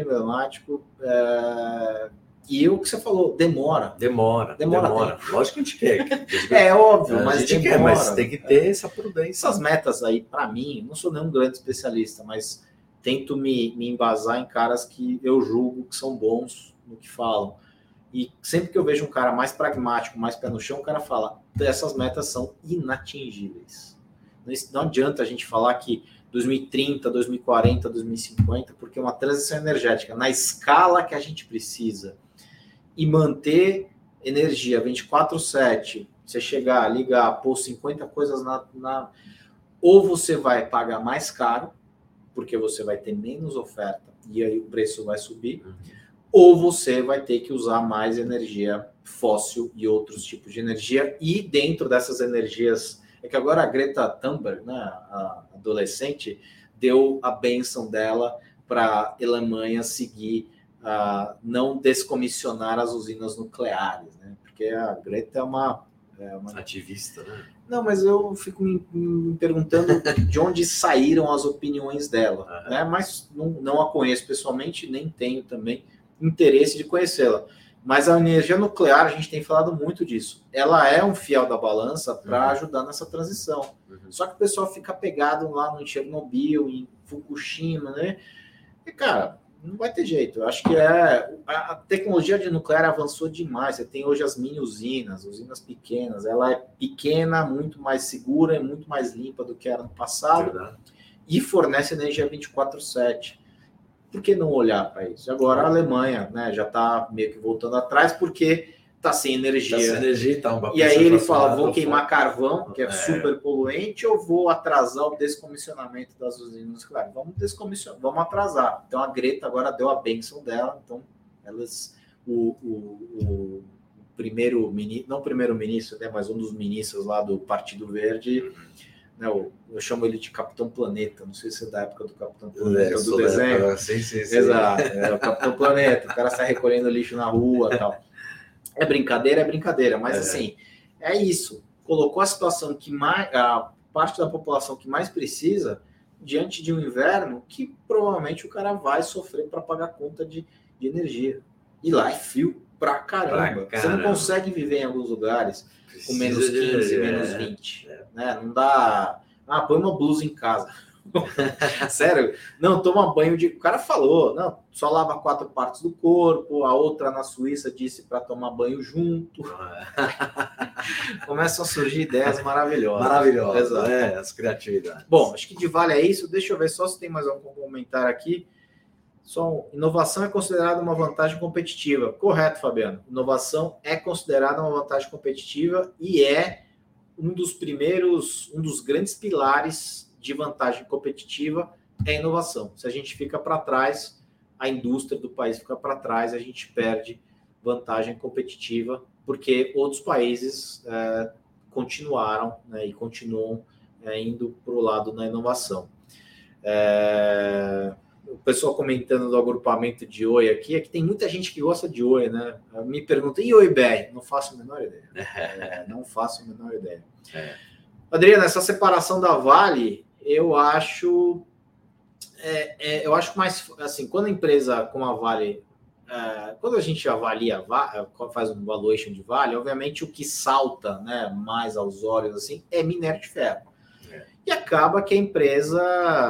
e o que você falou, demora. Lógico que a gente quer. É óbvio, mas a gente quer, mas tem que ter essa prudência. Essas metas aí, para mim, não sou nenhum grande especialista, mas tento me embasar em caras que eu julgo que são bons no que falam. E sempre que eu vejo um cara mais pragmático, mais pé no chão, o cara fala, essas metas são inatingíveis. Não adianta a gente falar que 2030, 2040, 2050, porque uma transição energética na escala que a gente precisa e manter energia 24/7, você chegar, ligar, pôr 50 coisas ou você vai pagar mais caro, porque você vai ter menos oferta e aí o preço vai subir, ou você vai ter que usar mais energia fóssil e outros tipos de energia, e dentro dessas energias, é que agora a Greta Thunberg, né, a adolescente, deu a bênção dela para a Alemanha seguir, não descomissionar as usinas nucleares, né? Porque a Greta é uma ativista, né? Não, mas eu fico me perguntando de onde saíram as opiniões dela, né? Mas não a conheço pessoalmente, nem tenho também interesse de conhecê-la. Mas a energia nuclear, a gente tem falado muito disso. Ela é um fiel da balança para ajudar nessa transição. Só que o pessoal fica pegado lá no Chernobyl, em Fukushima, né? E, cara, não vai ter jeito. Eu acho que a tecnologia de nuclear avançou demais. Você tem hoje as mini usinas pequenas. Ela é pequena, muito mais segura e muito mais limpa do que era no passado. Verdade. E fornece energia 24/7. Por que não olhar para isso? Agora a Alemanha, né, já está meio que voltando atrás porque está sem energia. E aí ele fala, vou queimar carvão, que é super poluente, ou vou atrasar o descomissionamento das usinas nucleares? Vamos atrasar. Então a Greta agora deu a bênção dela. Então o primeiro-ministro, não primeiro-ministro, né, mas um dos ministros lá do Partido Verde, né, eu chamo ele de Capitão Planeta, não sei se é da época do Capitão Planeta, do desenho. Sim. Exato, o Capitão Planeta, o cara sai recolhendo lixo na rua e tal. É brincadeira, mas assim, é isso. Colocou a situação que a parte da população que mais precisa diante de um inverno que provavelmente o cara vai sofrer para pagar conta de energia. E lá é frio pra caramba. Você não consegue viver em alguns lugares com menos 15, menos 20. Né? Não dá... põe uma blusa em casa. Sério? Não, toma banho de... O cara falou, não, só lava 4 partes do corpo, a outra na Suíça disse para tomar banho junto. Começam a surgir ideias maravilhosas. Maravilhosas, as criatividades. Bom, acho que de Vale é isso. Deixa eu ver só se tem mais algum comentário aqui. Inovação é considerada uma vantagem competitiva. Correto, Fabiano. Inovação é considerada uma vantagem competitiva e é um dos grandes pilares de vantagem competitiva é a inovação. Se a gente fica para trás, a indústria do país fica para trás, a gente perde vantagem competitiva, porque outros países continuaram, né, e continuam indo para o lado da inovação. O pessoal comentando do agrupamento de Oi aqui, é que tem muita gente que gosta de Oi, né? Me pergunta, e Oi BR? Não faço a menor ideia. Não faço a menor ideia. Adriana, essa separação da Vale, eu acho mais assim, quando a empresa como a Vale, quando a gente avalia, faz um valuation de Vale, obviamente o que salta, né, mais aos olhos assim é minério de ferro. E acaba que a empresa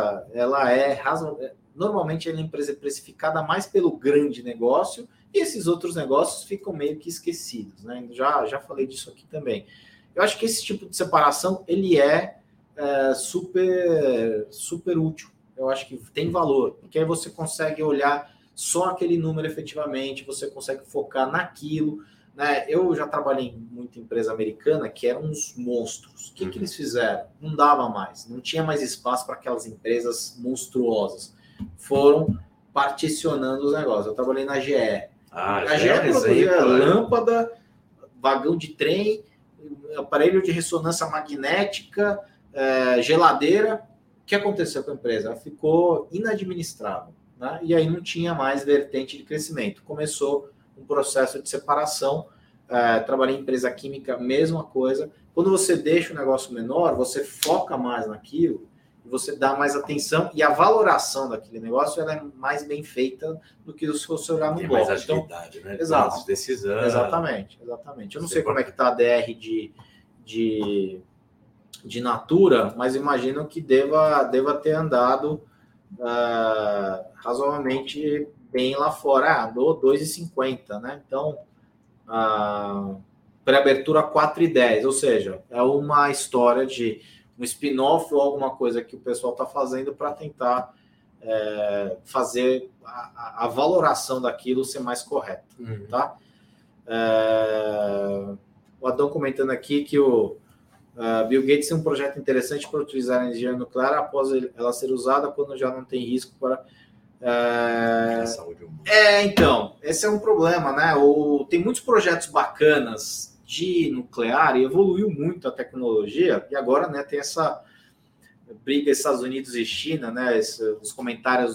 normalmente ela é uma empresa precificada mais pelo grande negócio e esses outros negócios ficam meio que esquecidos, né? Já falei disso aqui também. Eu acho que esse tipo de separação ele é super, super útil. Eu acho que tem valor, porque aí você consegue olhar só aquele número efetivamente, você consegue focar naquilo, né? Eu já trabalhei em muita empresa americana que eram uns monstros. O que eles fizeram? Não dava mais, não tinha mais espaço para aquelas empresas monstruosas. Foram particionando os negócios. Eu trabalhei na GE. A GE produzia lâmpada, vagão de trem, aparelho de ressonância magnética, geladeira. O que aconteceu com a empresa? Ela ficou inadministrável, né? E aí não tinha mais vertente de crescimento. Começou um processo de separação. Trabalhei em empresa química, mesma coisa. Quando você deixa o negócio menor, você foca mais naquilo, você dá mais atenção e a valoração daquele negócio ela é mais bem feita do que se você olhar no bloco. Mais agilidade, então, né? Exato. Decisão. Exatamente. Eu não sei como é que está a DR de Natura, mas imagino que deva ter andado razoavelmente bem lá fora. Andou 2,50, né? Então, pré-abertura 4,10, ou seja, é uma história de um spin-off ou alguma coisa que o pessoal está fazendo para tentar fazer a valoração daquilo ser mais correta, tá? O Adão comentando aqui que o Bill Gates tem um projeto interessante para utilizar a energia nuclear após ela ser usada quando já não tem risco para... Então, esse é um problema, né? Tem muitos projetos bacanas de nuclear e evoluiu muito a tecnologia e agora, né, tem essa briga Estados Unidos e China, né? Os comentários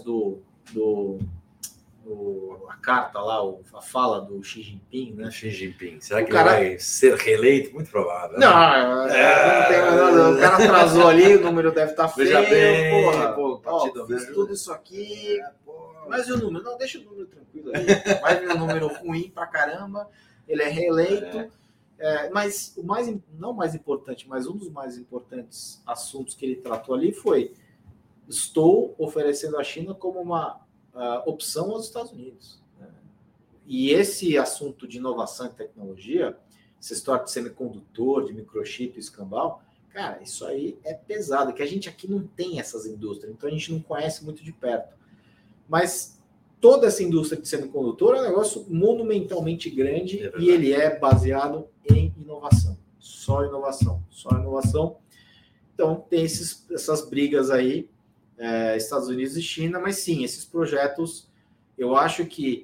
a carta lá, a fala do Xi Jinping, né? Xi Jinping. Será que ele vai ser reeleito? Muito provável. Não, não tem menor. O cara atrasou ali, o número deve estar feio. Veja bem, fiz tudo isso aqui. Mas o número, não, deixa o número tranquilo aí. Vai vir um número ruim pra caramba. Ele é reeleito. Mas não mais importante, mas um dos mais importantes assuntos que ele tratou ali foi: estou oferecendo a China como uma opção aos Estados Unidos. E esse assunto de inovação e tecnologia, essa história de semicondutor, de microchip, escambau, cara, isso aí é pesado, que a gente aqui não tem essas indústrias, então a gente não conhece muito de perto. Mas toda essa indústria de semicondutor é um negócio monumentalmente grande e ele é baseado em inovação. Só inovação. Então tem essas brigas aí, Estados Unidos e China, mas sim, esses projetos, eu acho que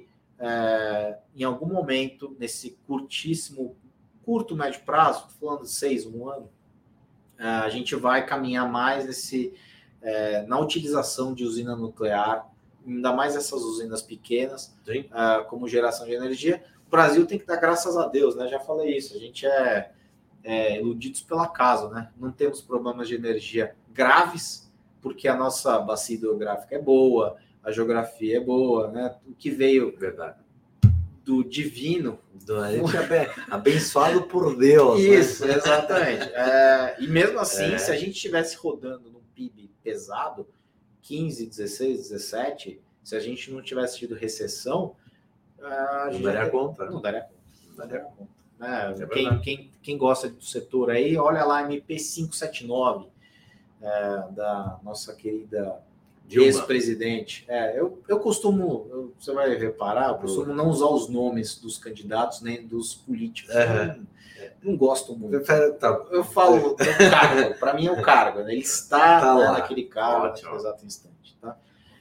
em algum momento, nesse curto, médio prazo, estou falando de 6, 1 ano, a gente vai caminhar mais na utilização de usina nuclear, ainda mais essas usinas pequenas, como geração de energia. O Brasil tem que dar graças a Deus, né? Já falei isso, a gente é iludidos pelo acaso, né? Não temos problemas de energia graves, porque a nossa bacia hidrográfica é boa, a geografia é boa, né? O que veio do divino. A gente é abençoado por Deus. Isso, né? Exatamente. E mesmo assim, se a gente estivesse rodando num PIB pesado, 15, 16, 17, se a gente não tivesse tido recessão, não daria conta. Não daria conta. Quem gosta do setor aí, olha lá, MP579, da nossa querida ex-presidente. Eu costumo, você vai reparar, eu costumo não usar os nomes dos candidatos nem dos políticos. Não gosto muito. Eu falo do cargo, para mim é o cargo, né? Ele está naquele cargo no exato instante. Tá?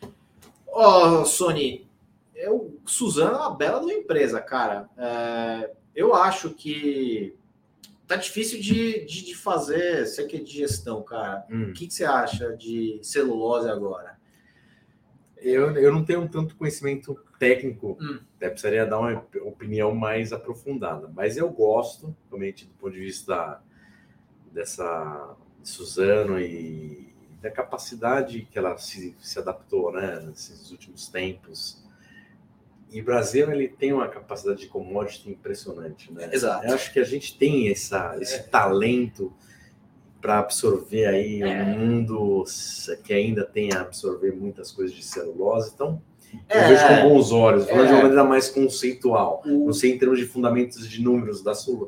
Sony, Suzano é uma bela de uma empresa, cara. Eu acho que tá difícil de fazer, sei que é de gestão, cara. O que você acha de celulose agora? Eu não tenho tanto conhecimento técnico, até precisaria dar uma opinião mais aprofundada, mas eu gosto, realmente, do ponto de vista dessa Suzano e da capacidade que ela se adaptou, né, nesses últimos tempos. E o Brasil, ele tem uma capacidade de commodity impressionante, né? Exato. Eu acho que a gente tem esse talento para absorver aí um mundo que ainda tem a absorver muitas coisas de celulose. Então, eu vejo com bons olhos, falando de uma maneira mais conceitual. Não sei em termos de fundamentos de números da Suzano,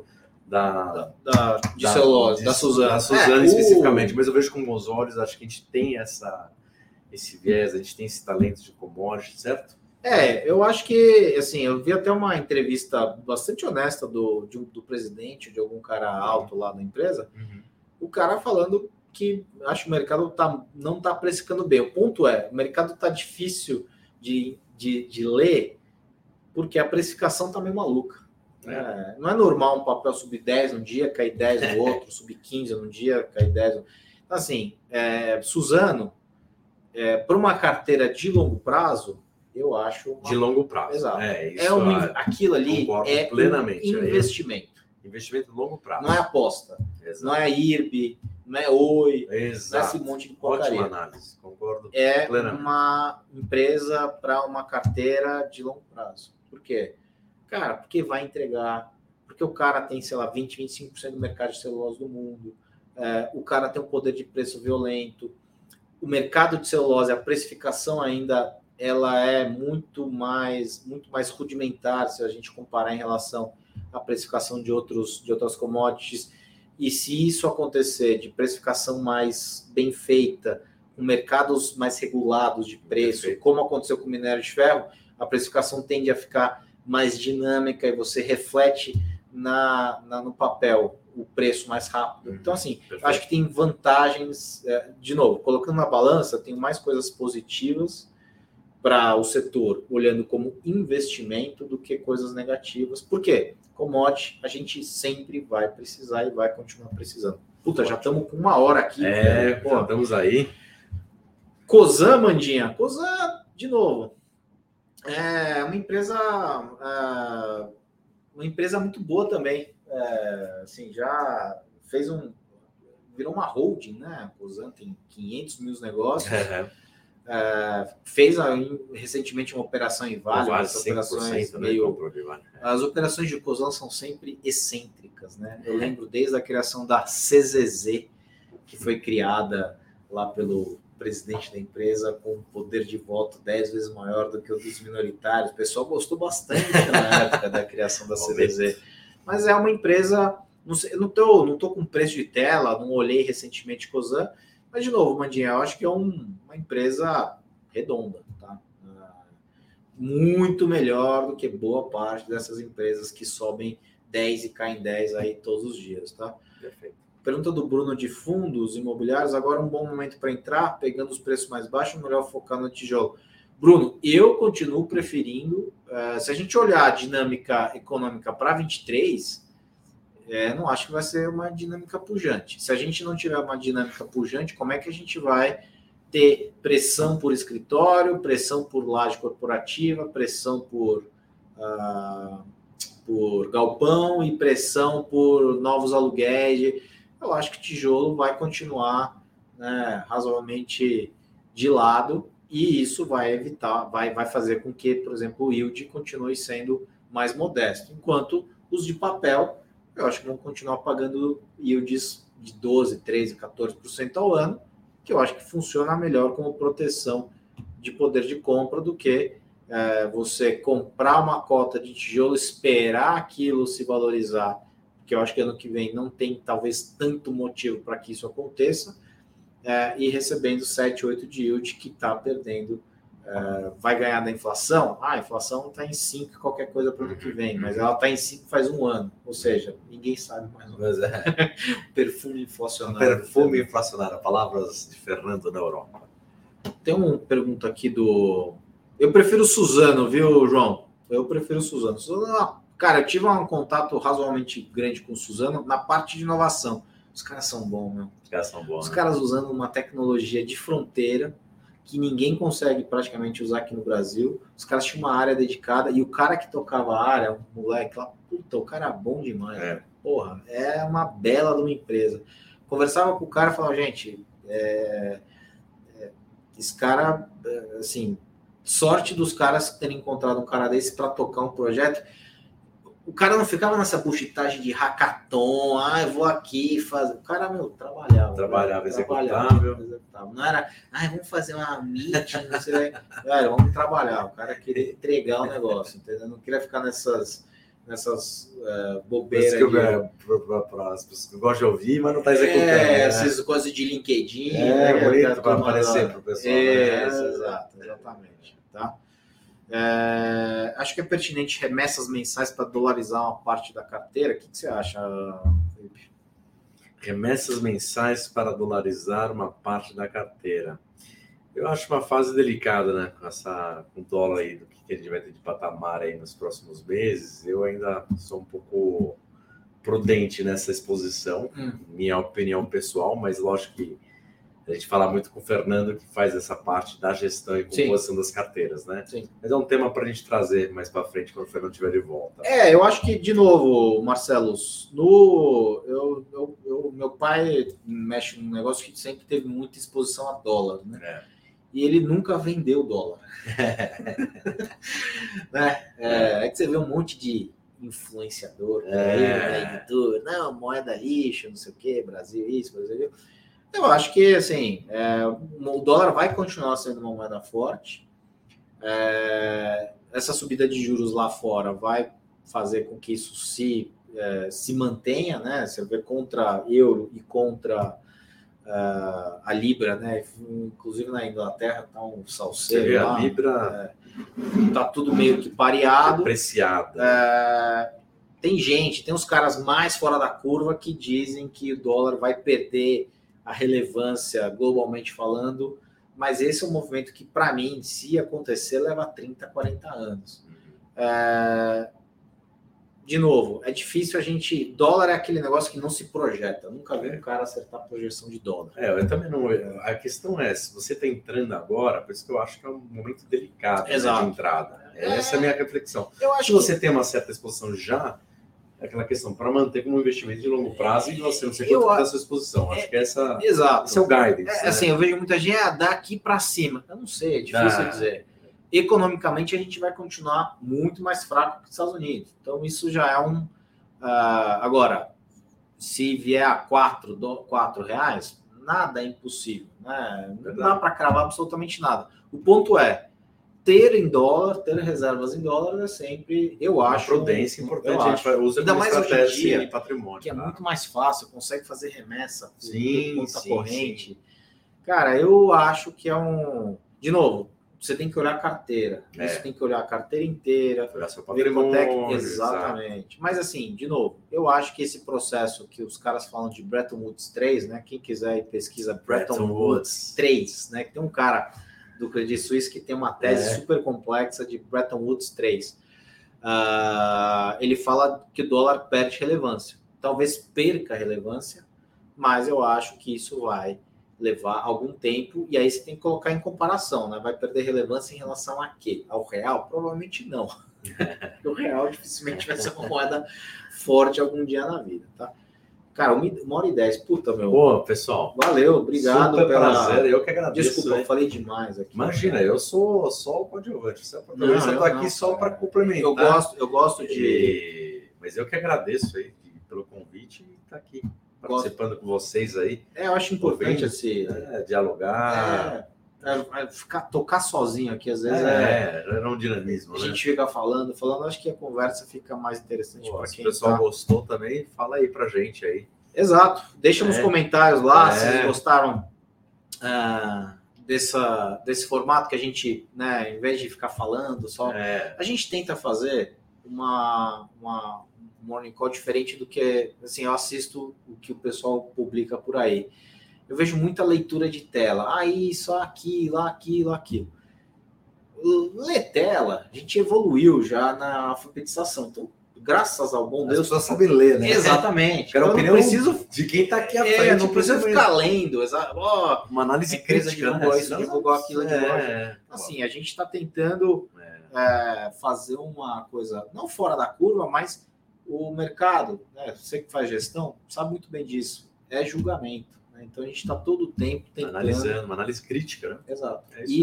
especificamente, mas eu vejo com bons olhos, acho que a gente tem esse viés, a gente tem esse talento de commodity, certo? Eu acho que, assim, eu vi até uma entrevista bastante honesta do presidente, de algum cara alto lá na empresa, o cara falando que acho que o mercado não está precificando bem. O ponto o mercado está difícil de ler, porque a precificação está meio maluca. Não é normal um papel subir 10 num dia, cair 10 no outro, subir 15 num dia, cair 10 no... Então, assim, Suzano, para uma carteira de longo prazo, eu acho... De longo prazo. Exato. Aquilo ali é plenamente, um investimento. Investimento de longo prazo. Não é aposta. Exato. Não é IRB, não é OI, Exato. não é esse monte de porcaria. Ótima análise, concordo plenamente. Uma empresa para uma carteira de longo prazo. Por quê? Cara, porque vai entregar, porque o cara tem, sei lá, 20, 25% do mercado de celulose do mundo, o cara tem um poder de preço violento, o mercado de celulose, a precificação ainda, ela é muito mais rudimentar se a gente comparar em relação à precificação de outras commodities. E se isso acontecer de precificação mais bem feita, com mercados mais regulados de preço, perfeito, como aconteceu com o minério de ferro, a precificação tende a ficar mais dinâmica e você reflete no papel o preço mais rápido. Então, assim, acho que tem vantagens, de novo, colocando na balança, tem mais coisas positivas para o setor, olhando como investimento, do que coisas negativas. Por quê? Commodity, a gente sempre vai precisar e vai continuar precisando. Puta, já estamos com 1 hora aqui. Já estamos aí. Cosan, Mandinha. Cosan, de novo, é uma empresa muito boa também. Assim, já virou uma holding, né? A Cosan tem 500 mil negócios. Fez recentemente uma operação em Vale, as operações de Cosan são sempre excêntricas, né? Eu lembro desde a criação da CZZ, que foi criada lá pelo presidente da empresa com um poder de voto 10 vezes maior do que o dos minoritários. O pessoal gostou bastante na época da criação da CZZ. Mas é uma empresa, não sei, eu não tô com preço de tela, não olhei recentemente Cosan. Mas, de novo, Mandinha, eu acho que é uma empresa redonda, tá? Muito melhor do que boa parte dessas empresas que sobem 10 e caem 10 aí todos os dias, tá? Perfeito. Pergunta do Bruno de fundos imobiliários. Agora um bom momento para entrar, pegando os preços mais baixos, melhor focar no tijolo. Bruno, eu continuo preferindo se a gente olhar a dinâmica econômica para 23, não acho que vai ser uma dinâmica pujante. Se a gente não tiver uma dinâmica pujante, como é que a gente vai ter pressão por escritório, pressão por laje corporativa, pressão por galpão e pressão por novos aluguéis? Eu acho que tijolo vai continuar, né, razoavelmente de lado, e isso vai evitar, vai fazer com que, por exemplo, o yield continue sendo mais modesto, enquanto os de papel, eu acho que vão continuar pagando yields de 12%, 13%, 14% ao ano, que eu acho que funciona melhor como proteção de poder de compra do que você comprar uma cota de tijolo, esperar aquilo se valorizar, porque eu acho que ano que vem não tem talvez tanto motivo para que isso aconteça, e recebendo 7, 8 de yield que está perdendo. Vai ganhar da inflação? A inflação está em 5, qualquer coisa para o ano que vem, mas ela está em 5 faz um ano, ou seja, ninguém sabe mais ou menos. Perfume inflacionário. Perfume inflacionário, palavras de Fernando na Europa. Tem uma pergunta aqui do... Eu prefiro o Suzano, viu, João? Eu prefiro o Suzano. Cara, eu tive um contato razoavelmente grande com o Suzano na parte de inovação. Os caras são bons, meu. Os caras são bons. Os caras usando uma tecnologia de fronteira que ninguém consegue praticamente usar aqui no Brasil. Os caras tinham uma área dedicada e o cara que tocava a área, um moleque lá, puta, o cara é bom demais. Porra, é uma bela de uma empresa. Conversava com o cara e falava, gente, esse cara, assim, sorte dos caras terem encontrado um cara desse para tocar um projeto. O cara não ficava nessa buchitagem de hackathon, eu vou aqui fazer. O cara, trabalhava, executável. Não era, vamos fazer uma meeting, não sei. Vamos trabalhar. O cara queria entregar o negócio, entendeu? Não queria ficar nessas bobeiras. Para as pessoas que gostam de ouvir, mas não está executando. Essas coisas de LinkedIn. Bonito para aparecer para o pessoal. Exatamente. Tá? Acho que é pertinente remessas mensais para dolarizar uma parte da carteira. O que você acha, Felipe? Remessas mensais para dolarizar uma parte da carteira. Eu acho uma fase delicada, né? Com o dólar aí, do que a gente vai ter de patamar aí nos próximos meses. Eu ainda sou um pouco prudente nessa exposição, minha opinião pessoal, mas lógico que a gente fala muito com o Fernando, que faz essa parte da gestão e composição das carteiras, né? Sim. Mas é um tema para a gente trazer mais para frente, quando o Fernando estiver de volta. Eu acho que, de novo, Marcelo, meu pai mexe num negócio que sempre teve muita exposição a dólar, né? E ele nunca vendeu dólar. É que você vê um monte de influenciador, editor, não, moeda lixo, não sei o quê, Brasil isso, Brasil. Eu acho que, assim, o dólar vai continuar sendo uma moeda forte. Essa subida de juros lá fora vai fazer com que isso se mantenha, né? Você vê contra euro e contra a Libra, né? Inclusive na Inglaterra está um salseiro lá. A Libra está tudo meio que pareado. Apreciado. Tem os caras mais fora da curva que dizem que o dólar vai perder a relevância globalmente falando, mas esse é um movimento que, para mim, se acontecer, leva 30, 40 anos. De novo, é difícil dólar é aquele negócio que não se projeta. Eu nunca vi um cara acertar a projeção de dólar. Eu também não. A questão é, se você está entrando agora, por isso que eu acho que é um momento delicado, né, de entrada. Essa é a minha reflexão. Se você tem uma certa exposição já, é aquela questão, para manter como investimento de longo prazo e você não sei quanto da sua exposição. Acho que esse é o guidance. Assim, eu vejo muita gente, daqui para cima. Eu não sei, é difícil dizer. Economicamente, a gente vai continuar muito mais fraco que os Estados Unidos. Então, isso já é agora, se vier a 4 reais, nada é impossível. Né? Não dá para cravar absolutamente nada. O ponto é, ter reservas em dólar é sempre, eu acho... Uma prudência importante, a gente usa ainda mais hoje em dia, de patrimônio. Que é muito mais fácil, consegue fazer remessa por conta corrente. Sim. Cara, eu acho que de novo, você tem que olhar a carteira. Você tem que olhar a carteira inteira. Olhar seu patrimônio. Exatamente. Mas assim, de novo, eu acho que esse processo que os caras falam de Bretton Woods 3, né? Quem quiser pesquisa Bretton Woods 3, né? Que tem um cara do Credit Suisse, que tem uma tese super complexa de Bretton Woods 3. Ele fala que o dólar perde relevância. Talvez perca relevância, mas eu acho que isso vai levar algum tempo, e aí você tem que colocar em comparação, né? Vai perder relevância em relação a quê? Ao real? Provavelmente não. O real dificilmente vai ser uma moeda forte algum dia na vida, tá? Cara, 1h10, puta, meu. Pô, pessoal. Valeu, obrigado. Super prazer, eu que agradeço. Desculpa, eu falei demais aqui. Imagina, eu sou só o coadjuvante. Eu tô aqui só para complementar. Eu gosto de... Mas eu que agradeço aí pelo convite e estar aqui participando com vocês aí. Eu acho importante dialogar. Tocar sozinho aqui, às vezes é um dinamismo. A gente fica falando, acho que a conversa fica mais interessante para quem. Se o pessoal gostou também, fala aí pra gente aí. Exato. Deixa nos comentários lá se vocês gostaram desse formato que a gente, né, em vez de ficar falando só, a gente tenta fazer uma morning call diferente do que, assim, eu assisto o que o pessoal publica por aí. Eu vejo muita leitura de tela. Isso, aquilo. Ler tela, a gente evoluiu já na alfabetização. Então, graças ao bom Deus... As pessoas sabem ler, né? Exatamente. Quero a opinião de quem está aqui à frente. Não precisa ficar lendo. Uma análise crítica, divulgou aquilo de loja. Assim, a gente está tentando fazer uma coisa, não fora da curva, mas o mercado, né, você que faz gestão, sabe muito bem disso. É julgamento. Então a gente está todo o tempo tentando... Analisando, uma análise crítica, né? Exato.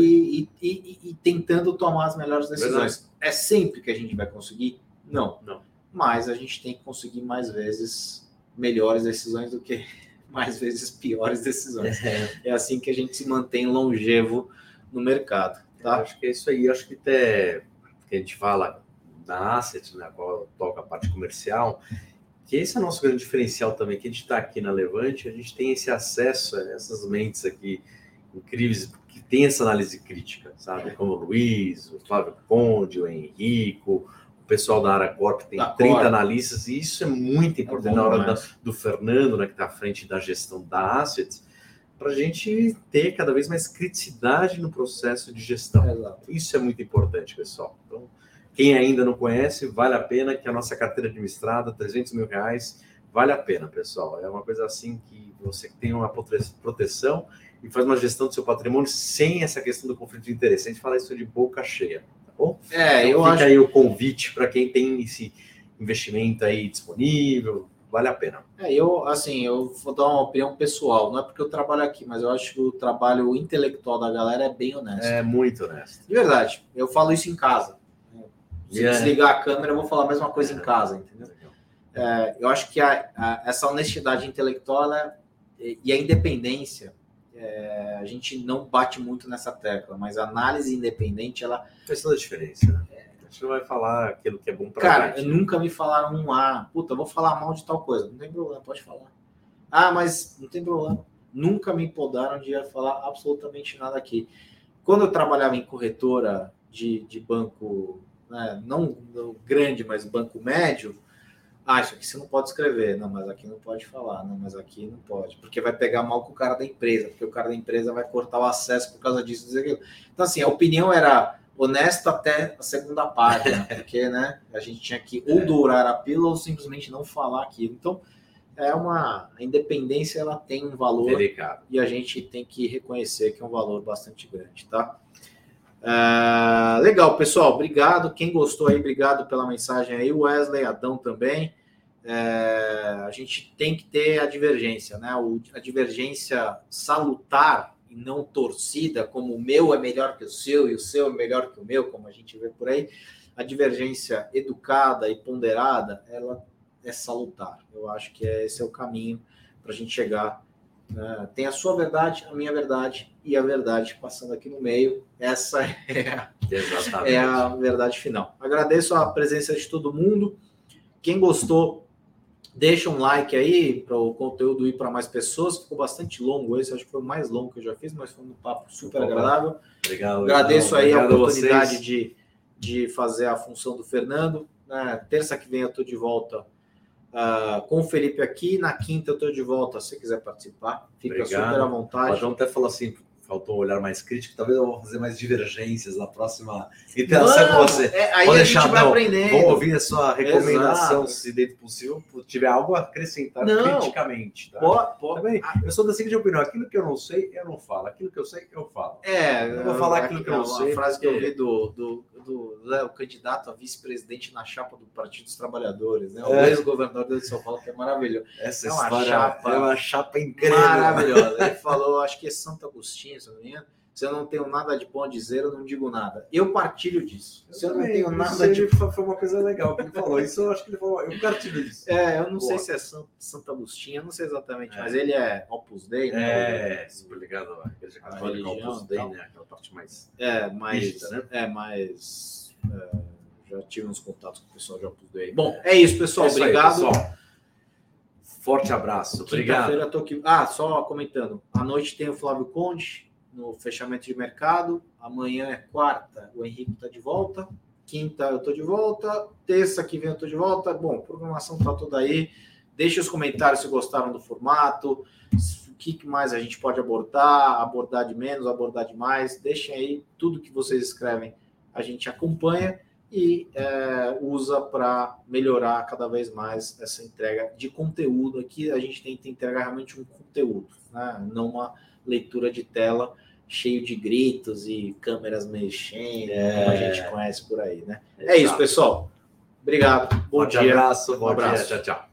E tentando tomar as melhores decisões. Verdade. É sempre que a gente vai conseguir? Não. Mas a gente tem que conseguir mais vezes melhores decisões do que mais vezes piores decisões. É assim que a gente se mantém longevo no mercado. Tá? Acho que é isso aí. Acho que até que a gente fala da asset, na qual toca a parte comercial, que esse é o nosso grande diferencial também, que a gente está aqui na Levante, a gente tem esse acesso a essas mentes aqui incríveis, que tem essa análise crítica, sabe? Como o Luiz, o Flávio Conde, o Henrico, o pessoal da Aracorp, tem 30 analistas, e isso é muito importante na hora do Fernando, né, que está à frente da gestão da Assets, para a gente ter cada vez mais criticidade no processo de gestão. Exato. Isso é muito importante, pessoal. Então, quem ainda não conhece, vale a pena, que a nossa carteira administrada, R$300 mil, vale a pena, pessoal. É uma coisa assim que você tem uma proteção e faz uma gestão do seu patrimônio sem essa questão do conflito de interesse. A gente fala isso de boca cheia, tá bom? Então, eu acho... aí o convite para quem tem esse investimento aí disponível, vale a pena. Eu vou dar uma opinião pessoal, não é porque eu trabalho aqui, mas eu acho que o trabalho intelectual da galera é bem honesto. É muito honesto. De verdade, eu falo isso em casa. Se desligar a câmera, eu vou falar a mesma coisa em casa, entendeu? Eu acho que essa honestidade intelectual e a independência, a gente não bate muito nessa tecla, mas a análise independente, ela... Faz toda a diferença, né? A gente não vai falar aquilo que é bom pra gente. Cara, nunca me falaram eu vou falar mal de tal coisa. Não tem problema, pode falar. Mas não tem problema. Nunca me podaram de falar absolutamente nada aqui. Quando eu trabalhava em corretora de banco... não grande, mas banco médio, isso aqui você não pode escrever, não, mas aqui não pode falar, não, mas aqui não pode, porque vai pegar mal com o cara da empresa, porque o cara da empresa vai cortar o acesso por causa disso, dizer aquilo. Então, assim, a opinião era honesta até a segunda página, porque, né, a gente tinha que ou dourar a pílula ou simplesmente não falar aquilo. Então, a independência, ela tem um valor delicado, e a gente tem que reconhecer que é um valor bastante grande, tá? Legal, pessoal, obrigado. Quem gostou aí, obrigado pela mensagem aí. Wesley, Adão também. A gente tem que ter a divergência, né? A divergência salutar e não torcida, como o meu é melhor que o seu e o seu é melhor que o meu, como a gente vê por aí. A divergência educada e ponderada, ela é salutar. Eu acho que esse é o caminho para a gente chegar. Tem a sua verdade, a minha verdade e a verdade passando aqui no meio. Essa é a verdade final. Agradeço a presença de todo mundo. Quem gostou, deixa um like aí para o conteúdo ir para mais pessoas. Ficou bastante longo esse, acho que foi o mais longo que eu já fiz, mas foi um papo super agradável. Obrigado. Agradeço aí a oportunidade de fazer a função do Fernando. Terça que vem eu estou de volta com o Felipe aqui. Na quinta eu estou de volta, se quiser participar. Fica super à vontade. O João até falou assim, faltou um olhar mais crítico. Talvez eu vou fazer mais divergências na próxima interação com você. Aí a gente vai aprendendo. Vou ouvir a sua recomendação, se dentro possível tiver algo a acrescentar criticamente. Tá? Pode. Eu sou da seguinte opinião: aquilo que eu não sei, eu não falo. Aquilo que eu sei, eu falo. Eu vou falar aquilo que eu não sei. A frase que eu vi do candidato a vice-presidente na chapa do Partido dos Trabalhadores, né? O ex-governador de São Paulo, que é maravilhoso. Essa história é uma chapa incrível. Maravilhosa. Ele falou, acho que é Santo Agostinho, se eu não me engano. Se eu não tenho nada de bom a dizer, eu não digo nada. Eu partilho disso. Se eu não tenho nada de... Foi uma coisa legal que ele falou. Isso eu acho que ele falou. Eu partilho disso. Eu não sei se é Santo Agostinho, eu não sei exatamente, mas ele é Opus Dei, né? Super ligado à Igreja Católica, Opus Dei, né? Aquela parte mais... já tive uns contatos com o pessoal de Opus Dei. Bom, é isso, pessoal. Obrigado. Aí, pessoal. Forte abraço. Obrigado. Quinta-feira tô aqui. Só comentando. À noite tem o Flávio Conde no fechamento de mercado. Amanhã é quarta, o Henrique está de volta. Quinta eu estou de volta. Terça que vem eu estou de volta. Bom, a programação está toda aí. Deixe os comentários se gostaram do formato. O que mais a gente pode abordar de menos, abordar de mais. Deixem aí tudo que vocês escrevem. A gente acompanha e usa para melhorar cada vez mais essa entrega de conteúdo. Aqui a gente tenta entregar realmente um conteúdo, né? Não uma leitura de tela cheio de gritos e câmeras mexendo, como a gente conhece por aí, né? É isso, pessoal. Obrigado. Bom dia. Abraço. Bom dia. Tchau, tchau.